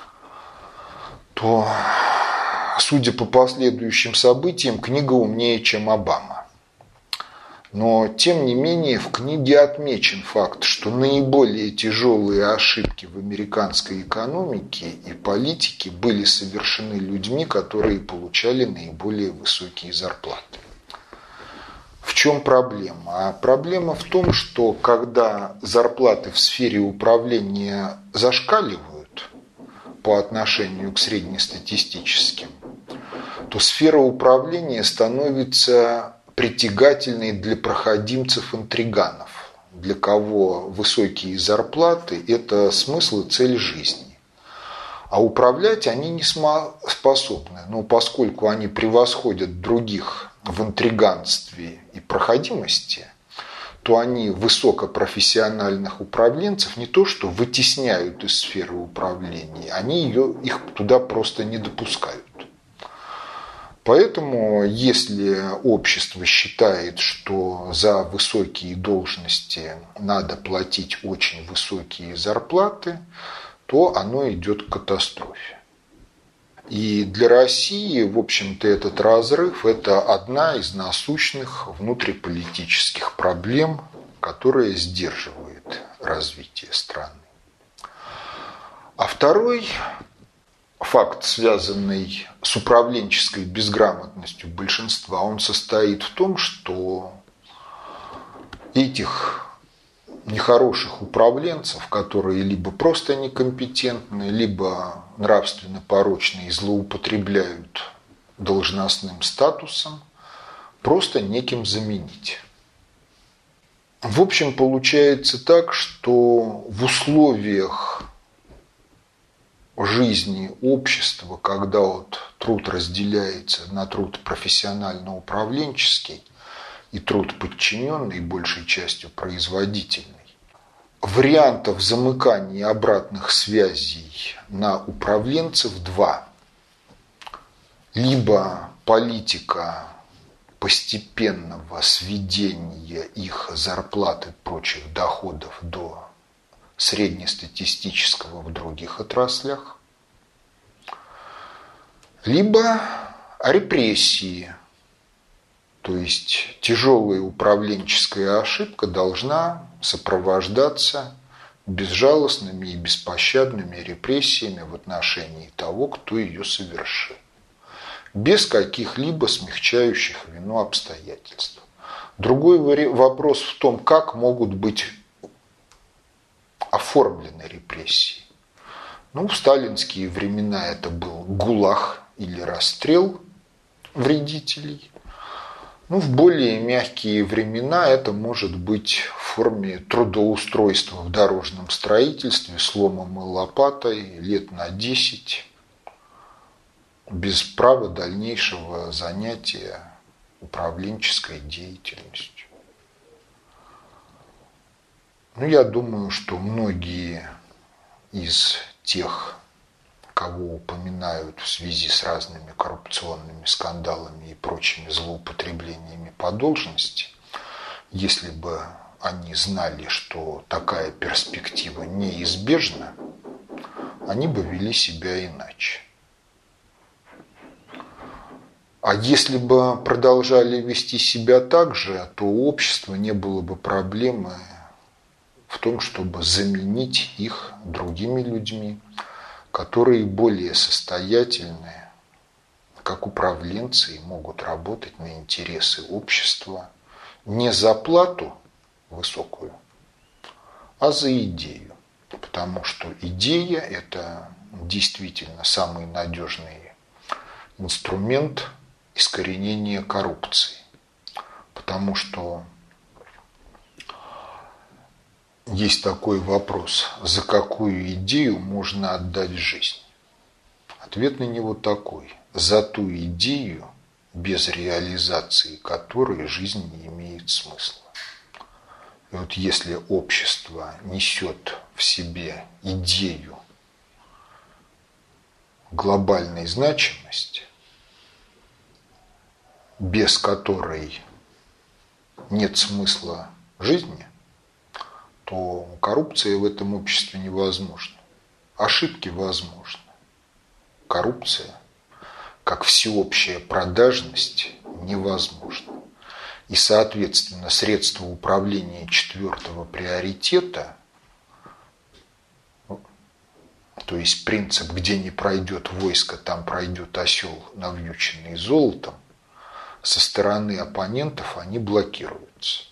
то, судя по последующим событиям, книга умнее, чем Обама. Но, тем не менее, в книге отмечен факт, что наиболее тяжелые ошибки в американской экономике и политике были совершены людьми, которые получали наиболее высокие зарплаты. В чем проблема? А проблема в том, что когда зарплаты в сфере управления зашкаливают по отношению к среднестатистическим, то сфера управления становится притягательной для проходимцев-интриганов, для кого высокие зарплаты – это смысл и цель жизни. А управлять они не способны, но поскольку они превосходят других в интриганстве и проходимости, то они высокопрофессиональных управленцев не то что вытесняют из сферы управления, они ее, их туда просто не допускают. Поэтому, если общество считает, что за высокие должности надо платить очень высокие зарплаты, то оно идет к катастрофе. И для России, в общем-то, этот разрыв – это одна из насущных внутриполитических проблем, которая сдерживает развитие страны. А второй факт, связанный с управленческой безграмотностью большинства, он состоит в том, что этих нехороших управленцев, которые либо просто некомпетентны, либо нравственно порочны и злоупотребляют должностным статусом, просто неким заменить. В общем, получается так, что в условиях жизни общества, когда вот труд разделяется на труд профессионально-управленческий и труд подчиненный, большей частью производительный, вариантов замыкания и обратных связей на управленцев два. Либо политика постепенного сведения их зарплат и прочих доходов до среднестатистического в других отраслях, либо репрессии, то есть тяжелая управленческая ошибка должна сопровождаться безжалостными и беспощадными репрессиями в отношении того, кто ее совершил, без каких-либо смягчающих вину обстоятельств. Другой вопрос в том, как могут быть оформлены репрессии. Ну, в сталинские времена это был ГУЛАГ или расстрел вредителей. Ну, в более мягкие времена это может быть в форме трудоустройства в дорожном строительстве с ломом и лопатой лет на десять, без права дальнейшего занятия управленческой деятельностью. Ну, я думаю, что многие из тех, кого упоминают в связи с разными коррупционными скандалами и прочими злоупотреблениями по должности, если бы они знали, что такая перспектива неизбежна, они бы вели себя иначе. А если бы продолжали вести себя так же, то у общества не было бы проблемы в том, чтобы заменить их другими людьми, которые более состоятельные, как управленцы, и могут работать на интересы общества не за плату высокую, а за идею. Потому что идея – это действительно самый надежный инструмент искоренения коррупции. Потому что есть такой вопрос: за какую идею можно отдать жизнь? Ответ на него такой: за ту идею, без реализации которой жизнь не имеет смысла. И вот если общество несет в себе идею глобальной значимости, без которой нет смысла жизни, то коррупция в этом обществе невозможна. Ошибки возможны. Коррупция, как всеобщая продажность, невозможна. И, соответственно, средства управления четвертого приоритета, то есть принцип, где не пройдет войско, там пройдет осел, навьюченный золотом, со стороны оппонентов они блокируются.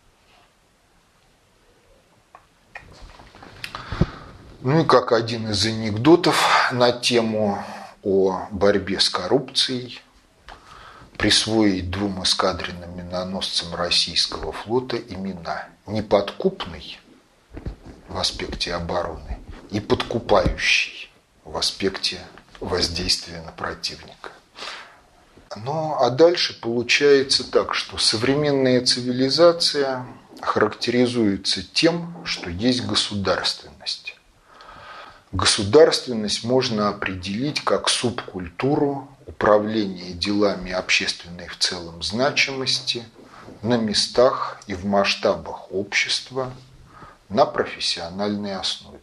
Ну и как один из анекдотов на тему о борьбе с коррупцией, присвоить двум эскадренным миноносцам российского флота имена: неподкупный в аспекте обороны и подкупающий в аспекте воздействия на противника. Ну а дальше получается так, что современная цивилизация характеризуется тем, что есть государственность. Государственность можно определить как субкультуру управления делами общественной в целом значимости на местах и в масштабах общества на профессиональной основе.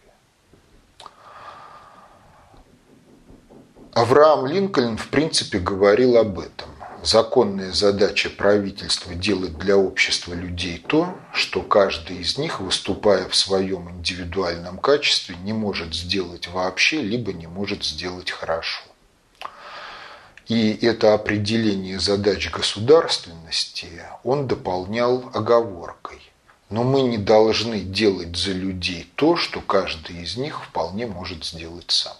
Авраам Линкольн, в принципе, говорил об этом. Законная задача правительства – делать для общества людей то, что каждый из них, выступая в своем индивидуальном качестве, не может сделать вообще, либо не может сделать хорошо. И это определение задач государственности он дополнял оговоркой: но мы не должны делать за людей то, что каждый из них вполне может сделать сам.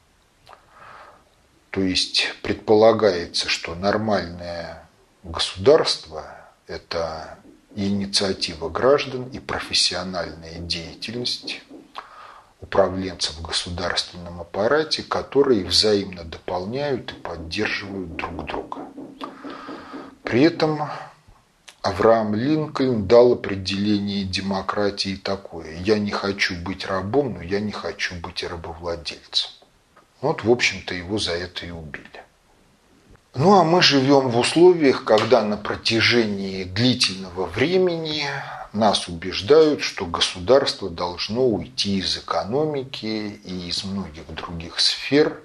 То есть предполагается, что нормальное государство – это инициатива граждан и профессиональная деятельность управленцев в государственном аппарате, которые взаимно дополняют и поддерживают друг друга. При этом Авраам Линкольн дал определение демократии такое: «Я не хочу быть рабом, но я не хочу быть рабовладельцем». Вот, в общем-то, его за это и убили. Ну, а мы живем в условиях, когда на протяжении длительного времени нас убеждают, что государство должно уйти из экономики и из многих других сфер,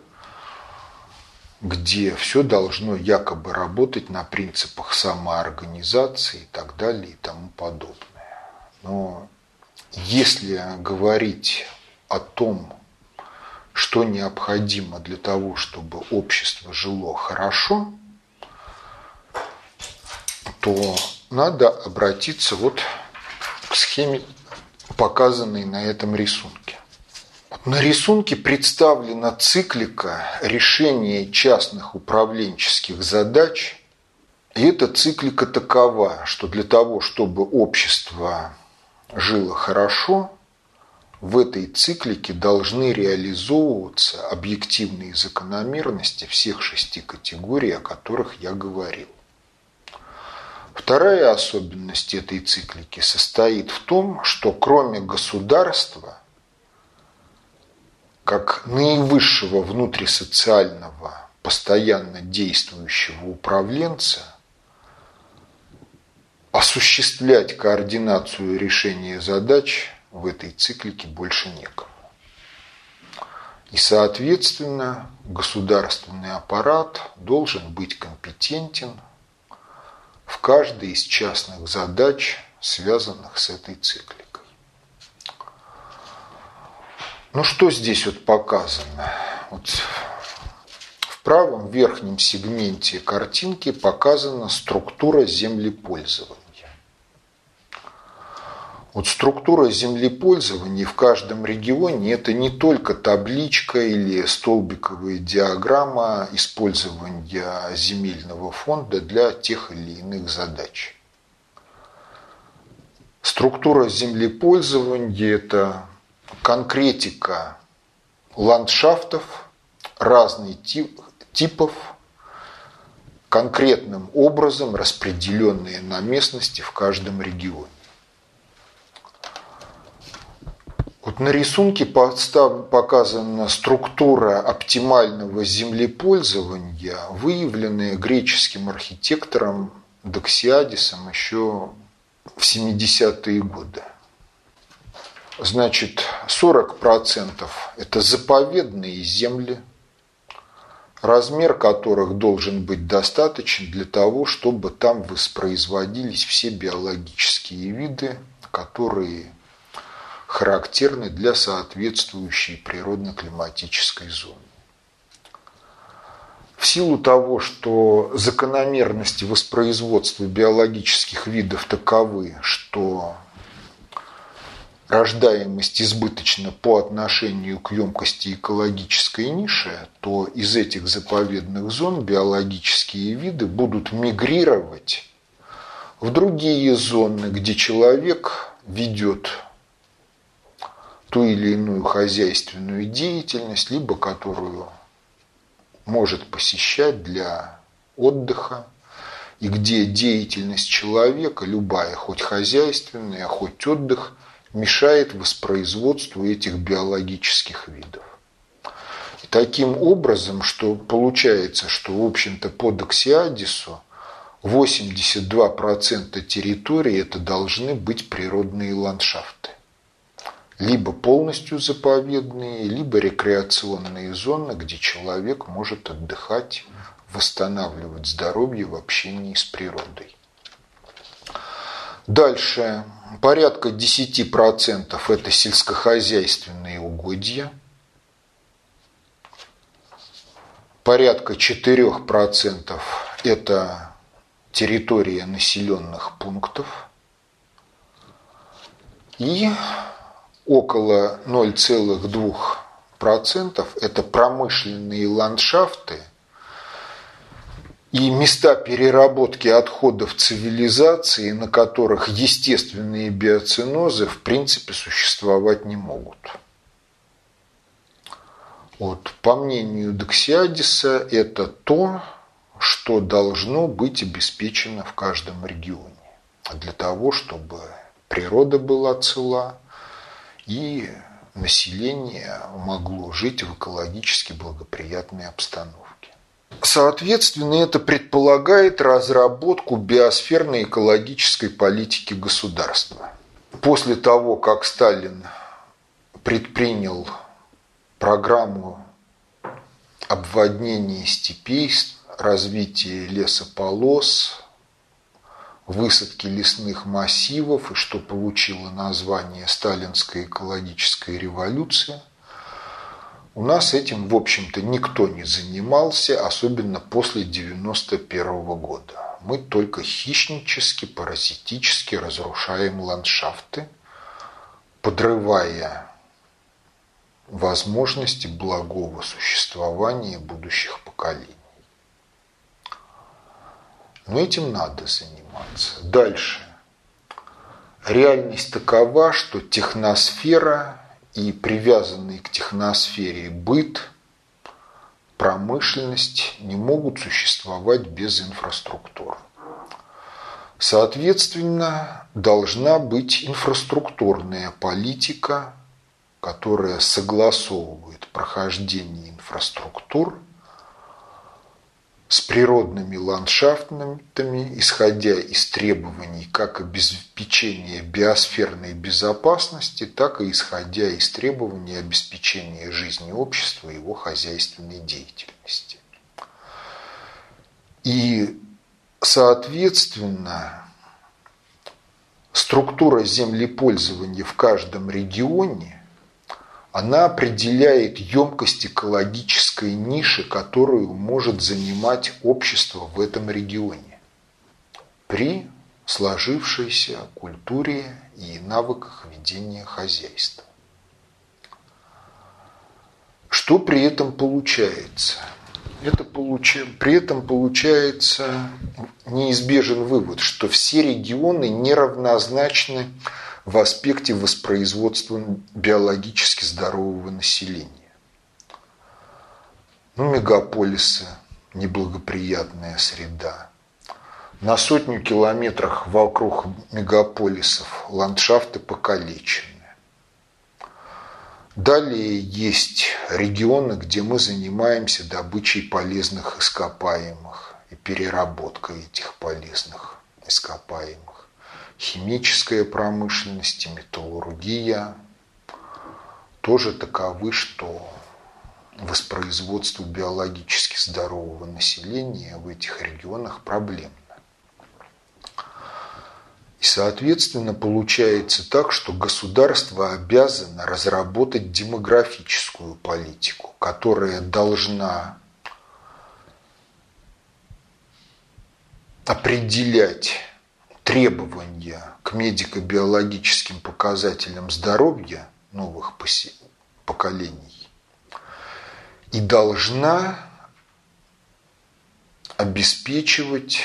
где все должно якобы работать на принципах самоорганизации и так далее и тому подобное. Но если говорить о том, что необходимо для того, чтобы общество жило хорошо, то надо обратиться вот к схеме, показанной на этом рисунке. На рисунке представлена циклика решения частных управленческих задач. И эта циклика такова, что для того, чтобы общество жило хорошо, в этой циклике должны реализовываться объективные закономерности всех шести категорий, о которых я говорил. Вторая особенность этой циклики состоит в том, что кроме государства, как наивысшего внутрисоциального, постоянно действующего управленца, осуществлять координацию решения задач в этой циклике больше некому. И, соответственно, государственный аппарат должен быть компетентен в каждой из частных задач, связанных с этой цикликой. Ну, что здесь вот показано? Вот в правом верхнем сегменте картинки показана структура землепользования. Вот структура землепользования в каждом регионе – это не только табличка или столбиковая диаграмма использования земельного фонда для тех или иных задач. Структура землепользования – это конкретика ландшафтов разных типов, конкретным образом распределенные на местности в каждом регионе. Вот на рисунке показана структура оптимального землепользования, выявленная греческим архитектором Доксиадисом еще в семидесятые годы. Значит, сорок процентов это заповедные земли, размер которых должен быть достаточен для того, чтобы там воспроизводились все биологические виды, которые характерны для соответствующей природно-климатической зоны. В силу того, что закономерности воспроизводства биологических видов таковы, что рождаемость избыточна по отношению к емкости экологической ниши, то из этих заповедных зон биологические виды будут мигрировать в другие зоны, где человек ведет ту или иную хозяйственную деятельность, либо которую может посещать для отдыха, и где деятельность человека, любая, хоть хозяйственная, хоть отдых, мешает воспроизводству этих биологических видов. И таким образом, что получается, что, в общем-то, по Доксиадису восемьдесят два процента территории это должны быть природные ландшафты. Либо полностью заповедные, либо рекреационные зоны, где человек может отдыхать, восстанавливать здоровье в общении с природой. Дальше. Порядка десять процентов это сельскохозяйственные угодья. Порядка четыре процента это территория населенных пунктов. И около ноль целых две десятых процента это промышленные ландшафты и места переработки отходов цивилизации, на которых естественные биоценозы в принципе существовать не могут. Вот, по мнению Доксиадиса, это то, что должно быть обеспечено в каждом регионе для того, чтобы природа была цела и население могло жить в экологически благоприятной обстановке. Соответственно, это предполагает разработку биосферной экологической политики государства. После того, как Сталин предпринял программу обводнения степей, развития лесополос, высадки лесных массивов, и что получило название «Сталинская экологическая революция», у нас этим, в общем-то, никто не занимался, особенно после девяносто первого года. Мы только хищнически, паразитически разрушаем ландшафты, подрывая возможности благого существования будущих поколений. Но этим надо заниматься. Дальше. Реальность такова, что техносфера и привязанный к техносфере быт, промышленность не могут существовать без инфраструктуры. Соответственно, должна быть инфраструктурная политика, которая согласовывает прохождение инфраструктур с природными ландшафтами, исходя из требований как обеспечения биосферной безопасности, так и исходя из требований обеспечения жизни общества и его хозяйственной деятельности. И, соответственно, структура землепользования в каждом регионе она определяет емкость экологической ниши, которую может занимать общество в этом регионе при сложившейся культуре и навыках ведения хозяйства. Что при этом получается? Это получ... При этом получается неизбежен вывод, что все регионы неравнозначны в аспекте воспроизводства биологически здорового населения. Ну, мегаполисы – неблагоприятная среда. На сотню километров вокруг мегаполисов ландшафты покалечены. Далее есть регионы, где мы занимаемся добычей полезных ископаемых и переработкой этих полезных ископаемых. Химическая промышленность и металлургия тоже таковы, что воспроизводство биологически здорового населения в этих регионах проблемно. И, соответственно, получается так, что государство обязано разработать демографическую политику, которая должна определять требования к медико-биологическим показателям здоровья новых поколений и должна обеспечивать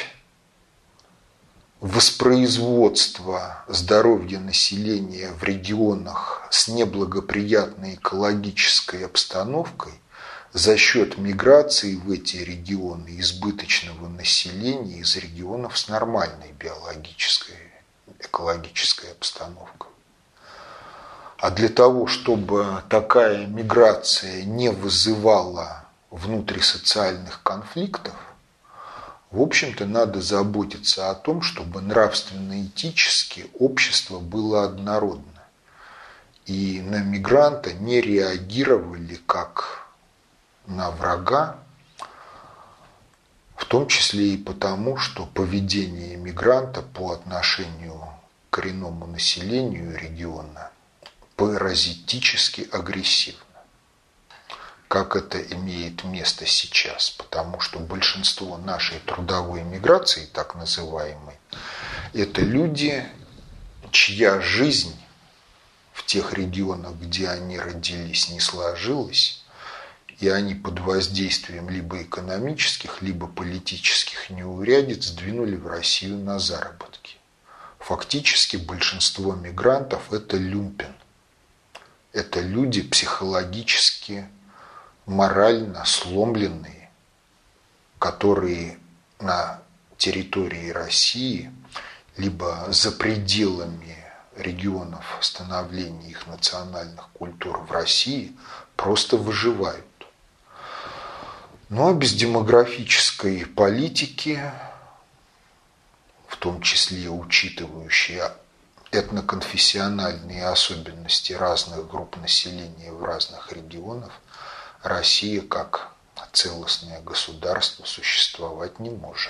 воспроизводство здоровья населения в регионах с неблагоприятной экологической обстановкой за счет миграции в эти регионы избыточного населения из регионов с нормальной биологической, экологической обстановкой. А для того, чтобы такая миграция не вызывала внутрисоциальных конфликтов, в общем-то, надо заботиться о том, чтобы нравственно-этически общество было однородно. И на мигранта не реагировали как на врага, в том числе и потому, что поведение мигранта по отношению к коренному населению региона паразитически агрессивно, как это имеет место сейчас, потому что большинство нашей трудовой миграции, так называемой, это люди, чья жизнь в тех регионах, где они родились, не сложилась, и они под воздействием либо экономических, либо политических неурядиц сдвинули в Россию на заработки. Фактически большинство мигрантов – это люмпен. Это люди психологически морально сломленные, которые на территории России, либо за пределами регионов становления их национальных культур в России, просто выживают. Ну а без демографической политики, в том числе учитывающей этноконфессиональные особенности разных групп населения в разных регионах, Россия как целостное государство существовать не может.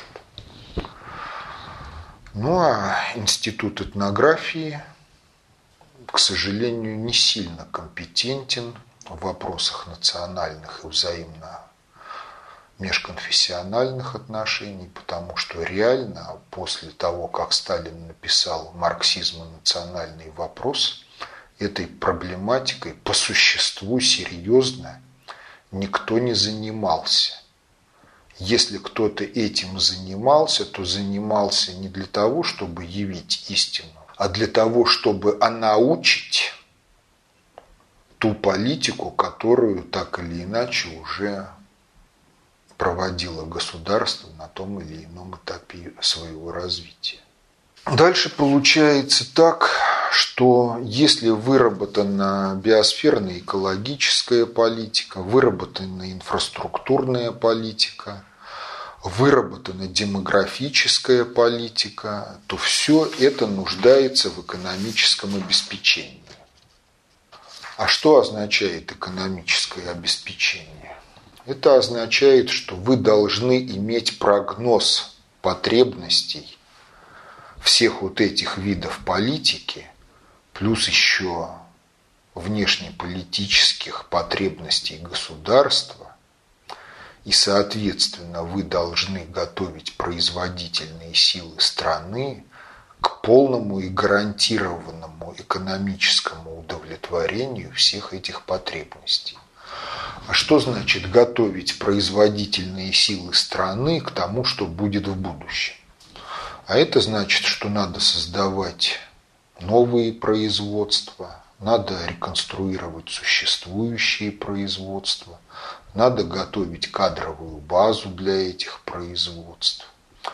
Ну а Институт этнографии, к сожалению, не сильно компетентен в вопросах национальных и взаимно межконфессиональных отношений, потому что реально после того, как Сталин написал «Марксизм и национальный вопрос», этой проблематикой по существу серьезно никто не занимался. Если кто-то этим занимался, то занимался не для того, чтобы явить истину, а для того, чтобы онаучить ту политику, которую так или иначе уже проводило государство на том или ином этапе своего развития. Дальше получается так, что если выработана биосферная экологическая политика, выработана инфраструктурная политика, выработана демографическая политика, то все это нуждается в экономическом обеспечении. А что означает экономическое обеспечение? Это означает, что вы должны иметь прогноз потребностей всех вот этих видов политики, плюс еще внешнеполитических потребностей государства, и, соответственно, вы должны готовить производительные силы страны к полному и гарантированному экономическому удовлетворению всех этих потребностей. А что значит готовить производительные силы страны к тому, что будет в будущем? А это значит, что надо создавать новые производства, надо реконструировать существующие производства, надо готовить кадровую базу для этих производств.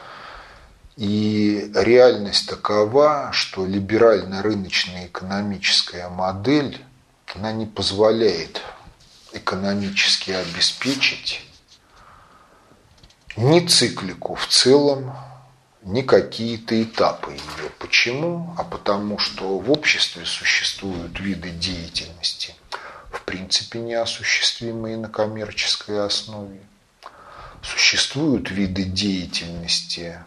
И реальность такова, что либерально-рыночная экономическая модель, она не позволяет экономически обеспечить ни циклику в целом, ни какие-то этапы ее. Почему? А потому что в обществе существуют виды деятельности, в принципе неосуществимые на коммерческой основе. Существуют виды деятельности,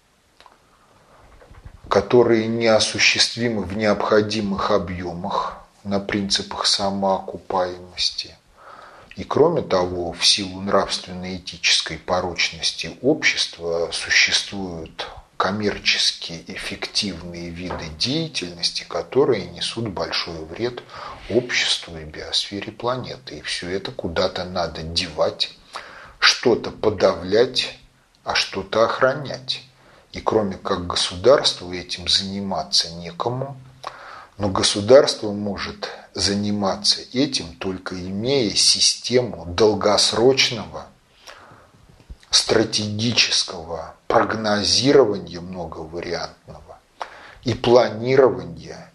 которые неосуществимы в необходимых объемах на принципах самоокупаемости. И кроме того, в силу нравственно-этической порочности общества существуют коммерчески эффективные виды деятельности, которые несут большой вред обществу и биосфере планеты. И все это куда-то надо девать, что-то подавлять, а что-то охранять. И кроме как государству этим заниматься некому, но государство может заниматься этим, только имея систему долгосрочного стратегического прогнозирования многовариантного и планирования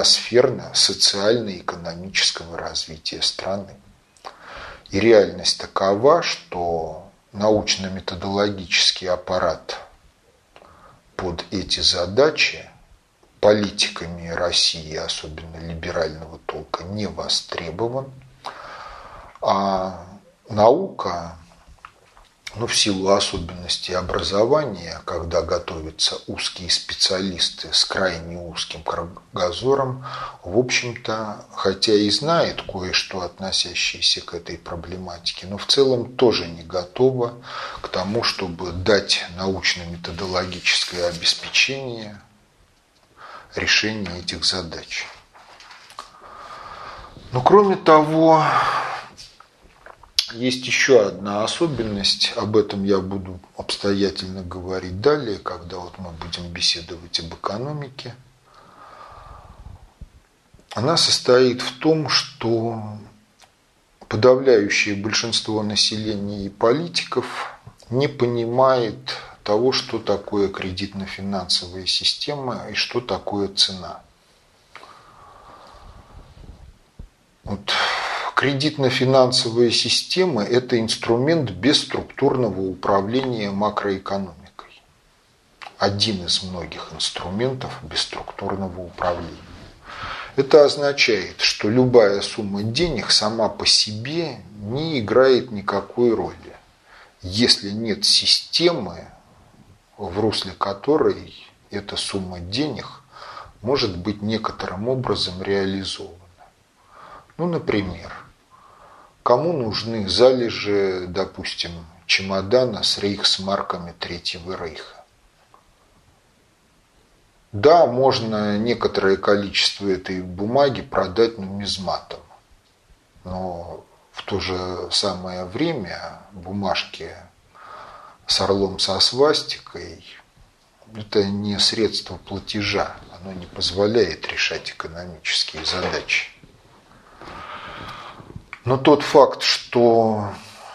биосферно-социально-экономического развития страны. И реальность такова, что научно-методологический аппарат под эти задачи политиками России, особенно либерального толка, не востребован, а наука, ну, в силу особенностей образования, когда готовятся узкие специалисты с крайне узким кругозором, в общем-то, хотя и знает кое-что, относящееся к этой проблематике, но в целом тоже не готова к тому, чтобы дать научно-методологическое обеспечение решения этих задач. Но кроме того, есть еще одна особенность, об этом я буду обстоятельно говорить далее, когда вот мы будем беседовать об экономике. Она состоит в том, что подавляющее большинство населения и политиков не понимает того, что такое кредитно-финансовая система и что такое цена. Вот. Кредитно-финансовая система – это инструмент бесструктурного управления макроэкономикой. Один из многих инструментов бесструктурного управления. Это означает, что любая сумма денег сама по себе не играет никакой роли, если нет системы, в русле которой эта сумма денег может быть некоторым образом реализована. Ну, например, кому нужны залежи, допустим, чемодана с рейхсмарками Третьего рейха? Да, можно некоторое количество этой бумаги продать нумизматом, но в то же самое время бумажки с орлом со свастикой – это не средство платежа, оно не позволяет решать экономические задачи. Но тот факт, что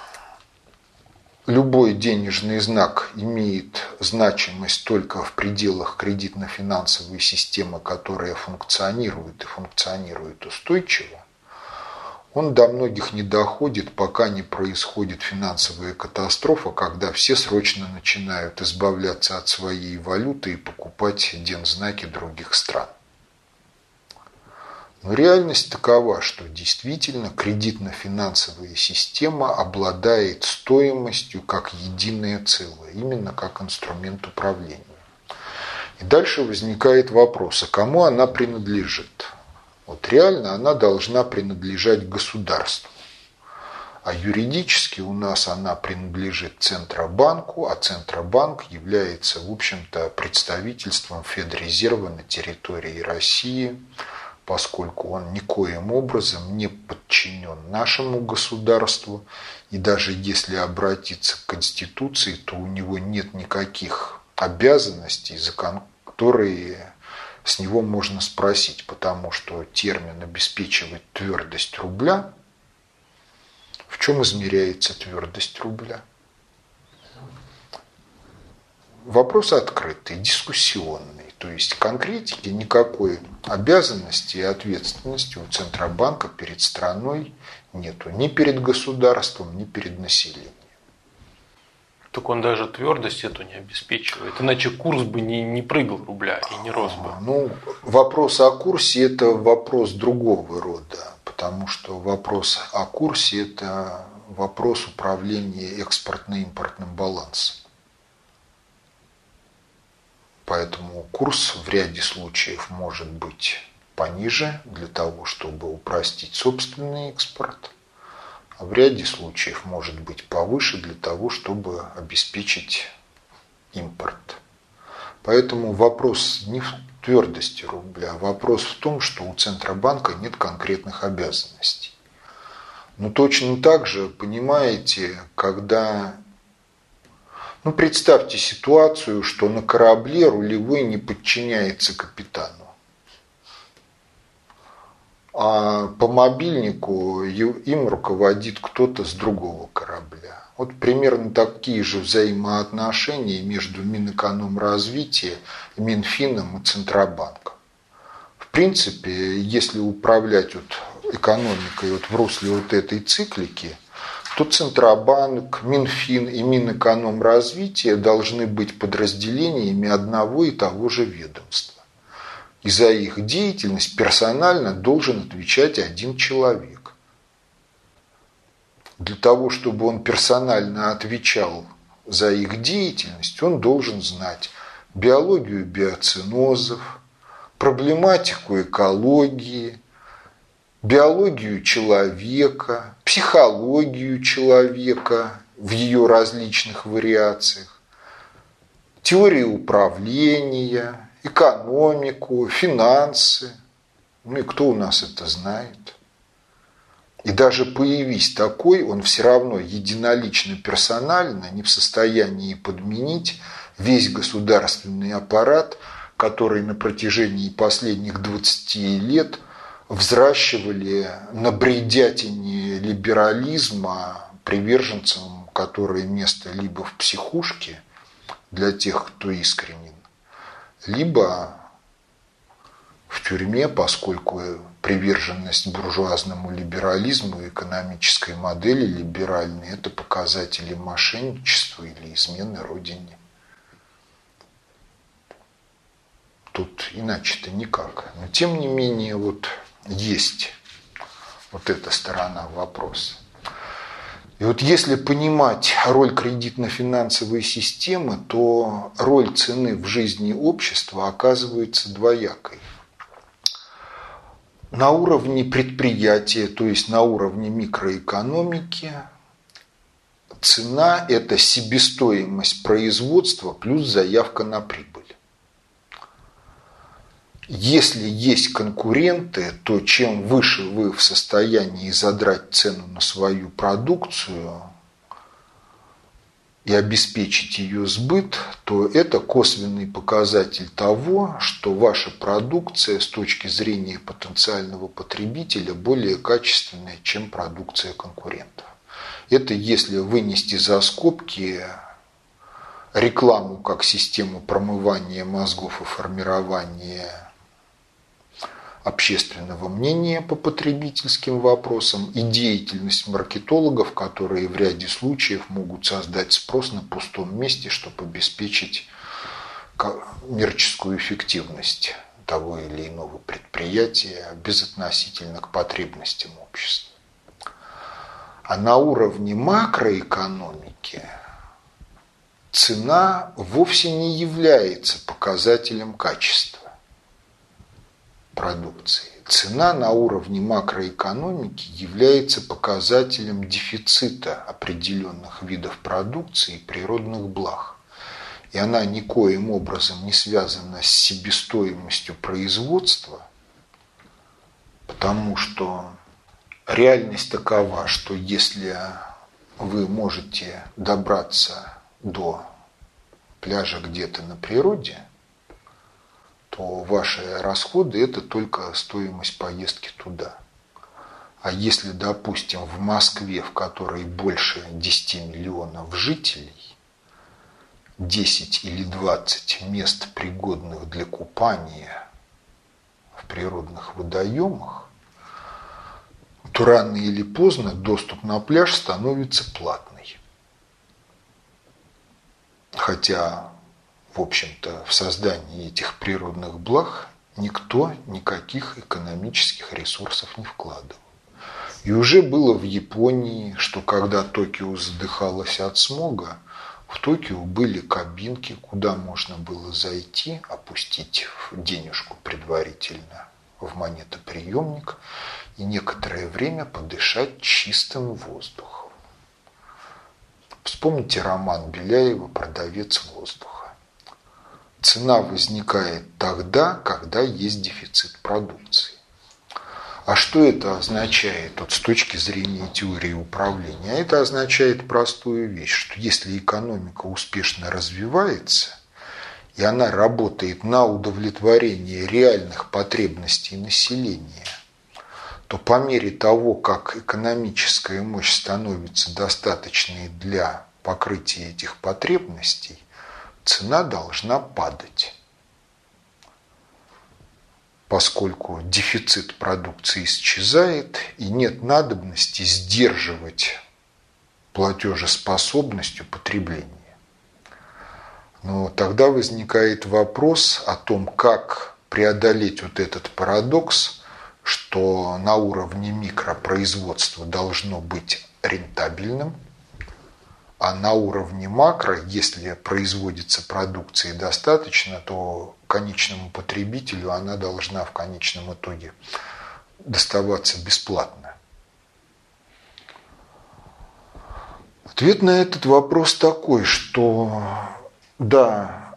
любой денежный знак имеет значимость только в пределах кредитно-финансовой системы, которая функционирует и функционирует устойчиво, он до многих не доходит, пока не происходит финансовая катастрофа, когда все срочно начинают избавляться от своей валюты и покупать дензнаки других стран. Но реальность такова, что действительно кредитно-финансовая система обладает стоимостью как единое целое, именно как инструмент управления. И дальше возникает вопрос, а кому она принадлежит? Вот реально она должна принадлежать государству. А юридически у нас она принадлежит Центробанку, а Центробанк является, в общем-то, представительством Федрезерва на территории России, поскольку он никоим образом не подчинен нашему государству. И даже если обратиться к Конституции, то у него нет никаких обязанностей, за которые с него можно спросить, потому что термин «обеспечивать твердость рубля», в чем измеряется твердость рубля? Вопрос открытый, дискуссионный. То есть конкретики никакой обязанности и ответственности у Центробанка перед страной нету. Ни перед государством, ни перед населением. Так он даже твердость эту не обеспечивает. Иначе курс бы не, не прыгал рубля и не рос бы. Ну, вопрос о курсе – это вопрос другого рода. Потому что вопрос о курсе – это вопрос управления экспортно-импортным балансом. Поэтому курс в ряде случаев может быть пониже для того, чтобы упростить собственный экспорт, а в ряде случаев может быть повыше для того, чтобы обеспечить импорт. Поэтому вопрос не в твердости рубля, а вопрос в том, что у Центробанка нет конкретных обязанностей. Но точно так же, понимаете, когда... Ну, представьте ситуацию, что на корабле рулевой не подчиняется капитану, а по мобильнику им руководит кто-то с другого корабля. Вот примерно такие же взаимоотношения между Минэкономразвития, Минфином и Центробанком. В принципе, если управлять вот экономикой вот в русле вот этой циклики, то Центробанк, Минфин и Минэкономразвития должны быть подразделениями одного и того же ведомства. И за их деятельность персонально должен отвечать один человек. Для того, чтобы он персонально отвечал за их деятельность, он должен знать биологию биоценозов, проблематику экологии, биологию человека, психологию человека в ее различных вариациях, теорию управления, экономику, финансы. Ну и кто у нас это знает? И даже появись такой, он все равно единолично, персонально не в состоянии подменить весь государственный аппарат, который на протяжении последних двадцати лет взращивали на бредятине либерализма приверженцам, которые место либо в психушке для тех, кто искренен, либо в тюрьме, поскольку приверженность буржуазному либерализму и экономической модели либеральной – это показатели мошенничества или измены Родине. Тут иначе-то никак. Но тем не менее вот есть вот эта сторона вопроса. И вот если понимать роль кредитно-финансовой системы, то роль цены в жизни общества оказывается двоякой. На уровне предприятия, то есть на уровне микроэкономики, цена – это себестоимость производства плюс заявка на прибыль. Если есть конкуренты, то чем выше вы в состоянии задрать цену на свою продукцию и обеспечить ее сбыт, то это косвенный показатель того, что ваша продукция с точки зрения потенциального потребителя более качественная, чем продукция конкурентов. Это если вынести за скобки рекламу как систему промывания мозгов и формирования общественного мнения по потребительским вопросам и деятельность маркетологов, которые в ряде случаев могут создать спрос на пустом месте, чтобы обеспечить коммерческую эффективность того или иного предприятия безотносительно к потребностям общества. А на уровне макроэкономики цена вовсе не является показателем качества продукции. Цена на уровне макроэкономики является показателем дефицита определенных видов продукции и природных благ. И она никоим образом не связана с себестоимостью производства, потому что реальность такова, что если вы можете добраться до пляжа где-то на природе, то ваши расходы – это только стоимость поездки туда. А если, допустим, в Москве, в которой больше десяти миллионов жителей, десять или двадцать мест, пригодных для купания в природных водоемах, то рано или поздно доступ на пляж становится платный. Хотя, в общем-то, в создании этих природных благ никто никаких экономических ресурсов не вкладывал. И уже было в Японии, что когда Токио задыхалось от смога, в Токио были кабинки, куда можно было зайти, опустить денежку предварительно в монетоприемник и некоторое время подышать чистым воздухом. Вспомните роман Беляева «Продавец воздуха». Цена возникает тогда, когда есть дефицит продукции. А что это означает вот, с точки зрения теории управления? Это означает простую вещь, что если экономика успешно развивается, и она работает на удовлетворение реальных потребностей населения, то по мере того, как экономическая мощь становится достаточной для покрытия этих потребностей, цена должна падать, поскольку дефицит продукции исчезает и нет надобности сдерживать платежеспособность употребления. Но тогда возникает вопрос о том, как преодолеть вот этот парадокс, что на уровне микропроизводства должно быть рентабельным, а на уровне макро, если производится продукции достаточно, то конечному потребителю она должна в конечном итоге доставаться бесплатно. Ответ на этот вопрос такой, что да,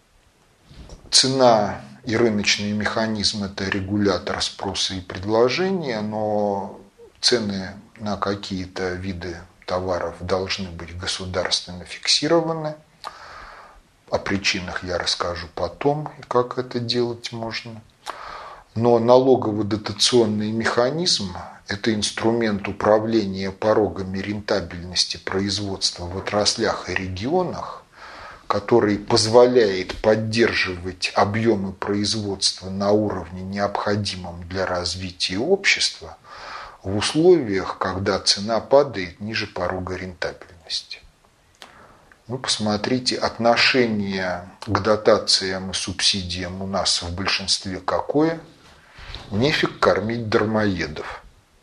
цена и рыночный механизм – это регулятор спроса и предложения, но цены на какие-то виды товаров должны быть государственно фиксированы. О причинах я расскажу потом, и как это делать можно. Но налогово-дотационный механизм – это инструмент управления порогами рентабельности производства в отраслях и регионах, который позволяет поддерживать объемы производства на уровне, необходимом для развития общества, в условиях, когда цена падает ниже порога рентабельности. Вы посмотрите, отношение к дотациям и субсидиям у нас в большинстве какое? Нефиг кормить дармоедов.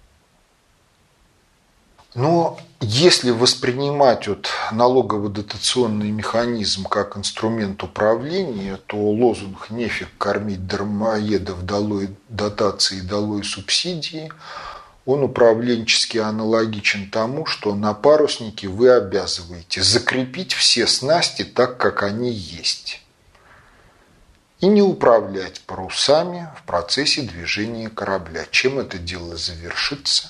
Но если воспринимать вот налогово-дотационный механизм как инструмент управления, то лозунг «нефиг кормить дармоедов, долой дотации, долой субсидии», он управленчески аналогичен тому, что на паруснике вы обязываете закрепить все снасти так, как они есть, и не управлять парусами в процессе движения корабля. Чем это дело завершится?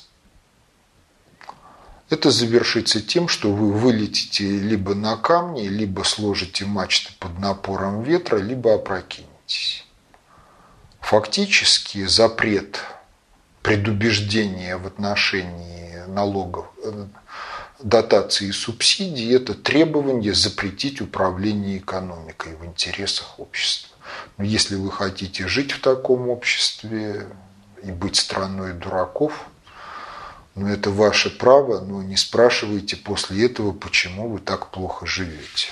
Это завершится тем, что вы вылетите либо на камни, либо сложите мачты под напором ветра, либо опрокинетесь. Фактически запрет предубеждения в отношении налогов, дотаций и субсидий – это требование запретить управление экономикой в интересах общества. Но если вы хотите жить в таком обществе и быть страной дураков, ну, это ваше право, но не спрашивайте после этого, почему вы так плохо живете.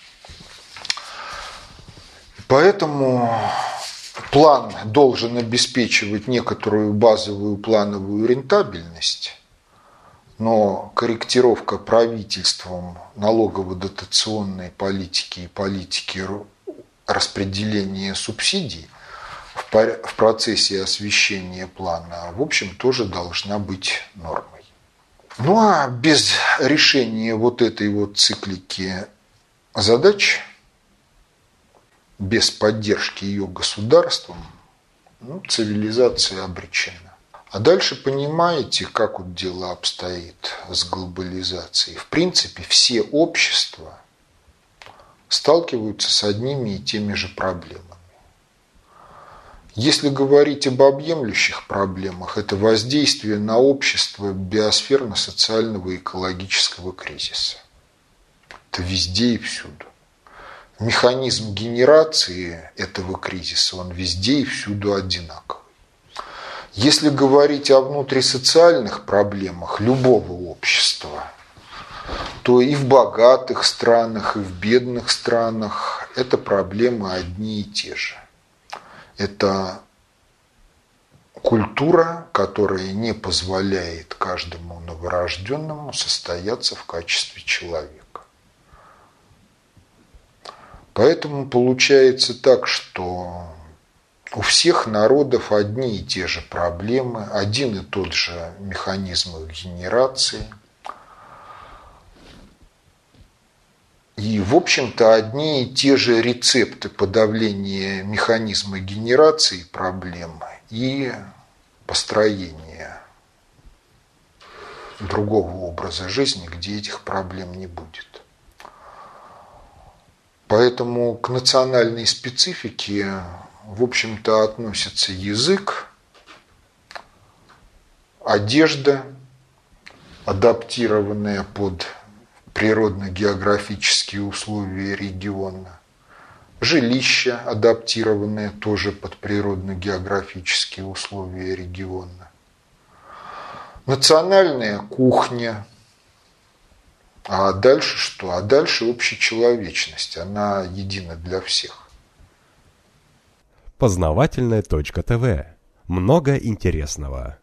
Поэтому план должен обеспечивать некоторую базовую плановую рентабельность, но корректировка правительством налогово-дотационной политики и политики распределения субсидий в процессе освещения плана, в общем, тоже должна быть нормой. Ну а без решения вот этой вот циклики задач, без поддержки ее государством, ну, цивилизация обречена. А дальше понимаете, как вот дело обстоит с глобализацией. В принципе, все общества сталкиваются с одними и теми же проблемами. Если говорить об объемлющих проблемах, это воздействие на общество биосферно-социального и экологического кризиса. Это везде и всюду. Механизм генерации этого кризиса, он везде и всюду одинаковый. Если говорить о внутрисоциальных проблемах любого общества, то и в богатых странах, и в бедных странах это проблемы одни и те же. Это культура, которая не позволяет каждому новорожденному состояться в качестве человека. Поэтому получается так, что у всех народов одни и те же проблемы, один и тот же механизм их генерации. И, в общем-то, одни и те же рецепты подавления механизма генерации проблем и построения другого образа жизни, где этих проблем не будет. Поэтому к национальной специфике, в общем-то, относятся язык, одежда, адаптированная под природно-географические условия региона, жилище, адаптированное тоже под природно-географические условия региона, национальная кухня. А дальше что? А дальше общечеловечность. Она едина для всех. Познавательная точка ТВ. Много интересного.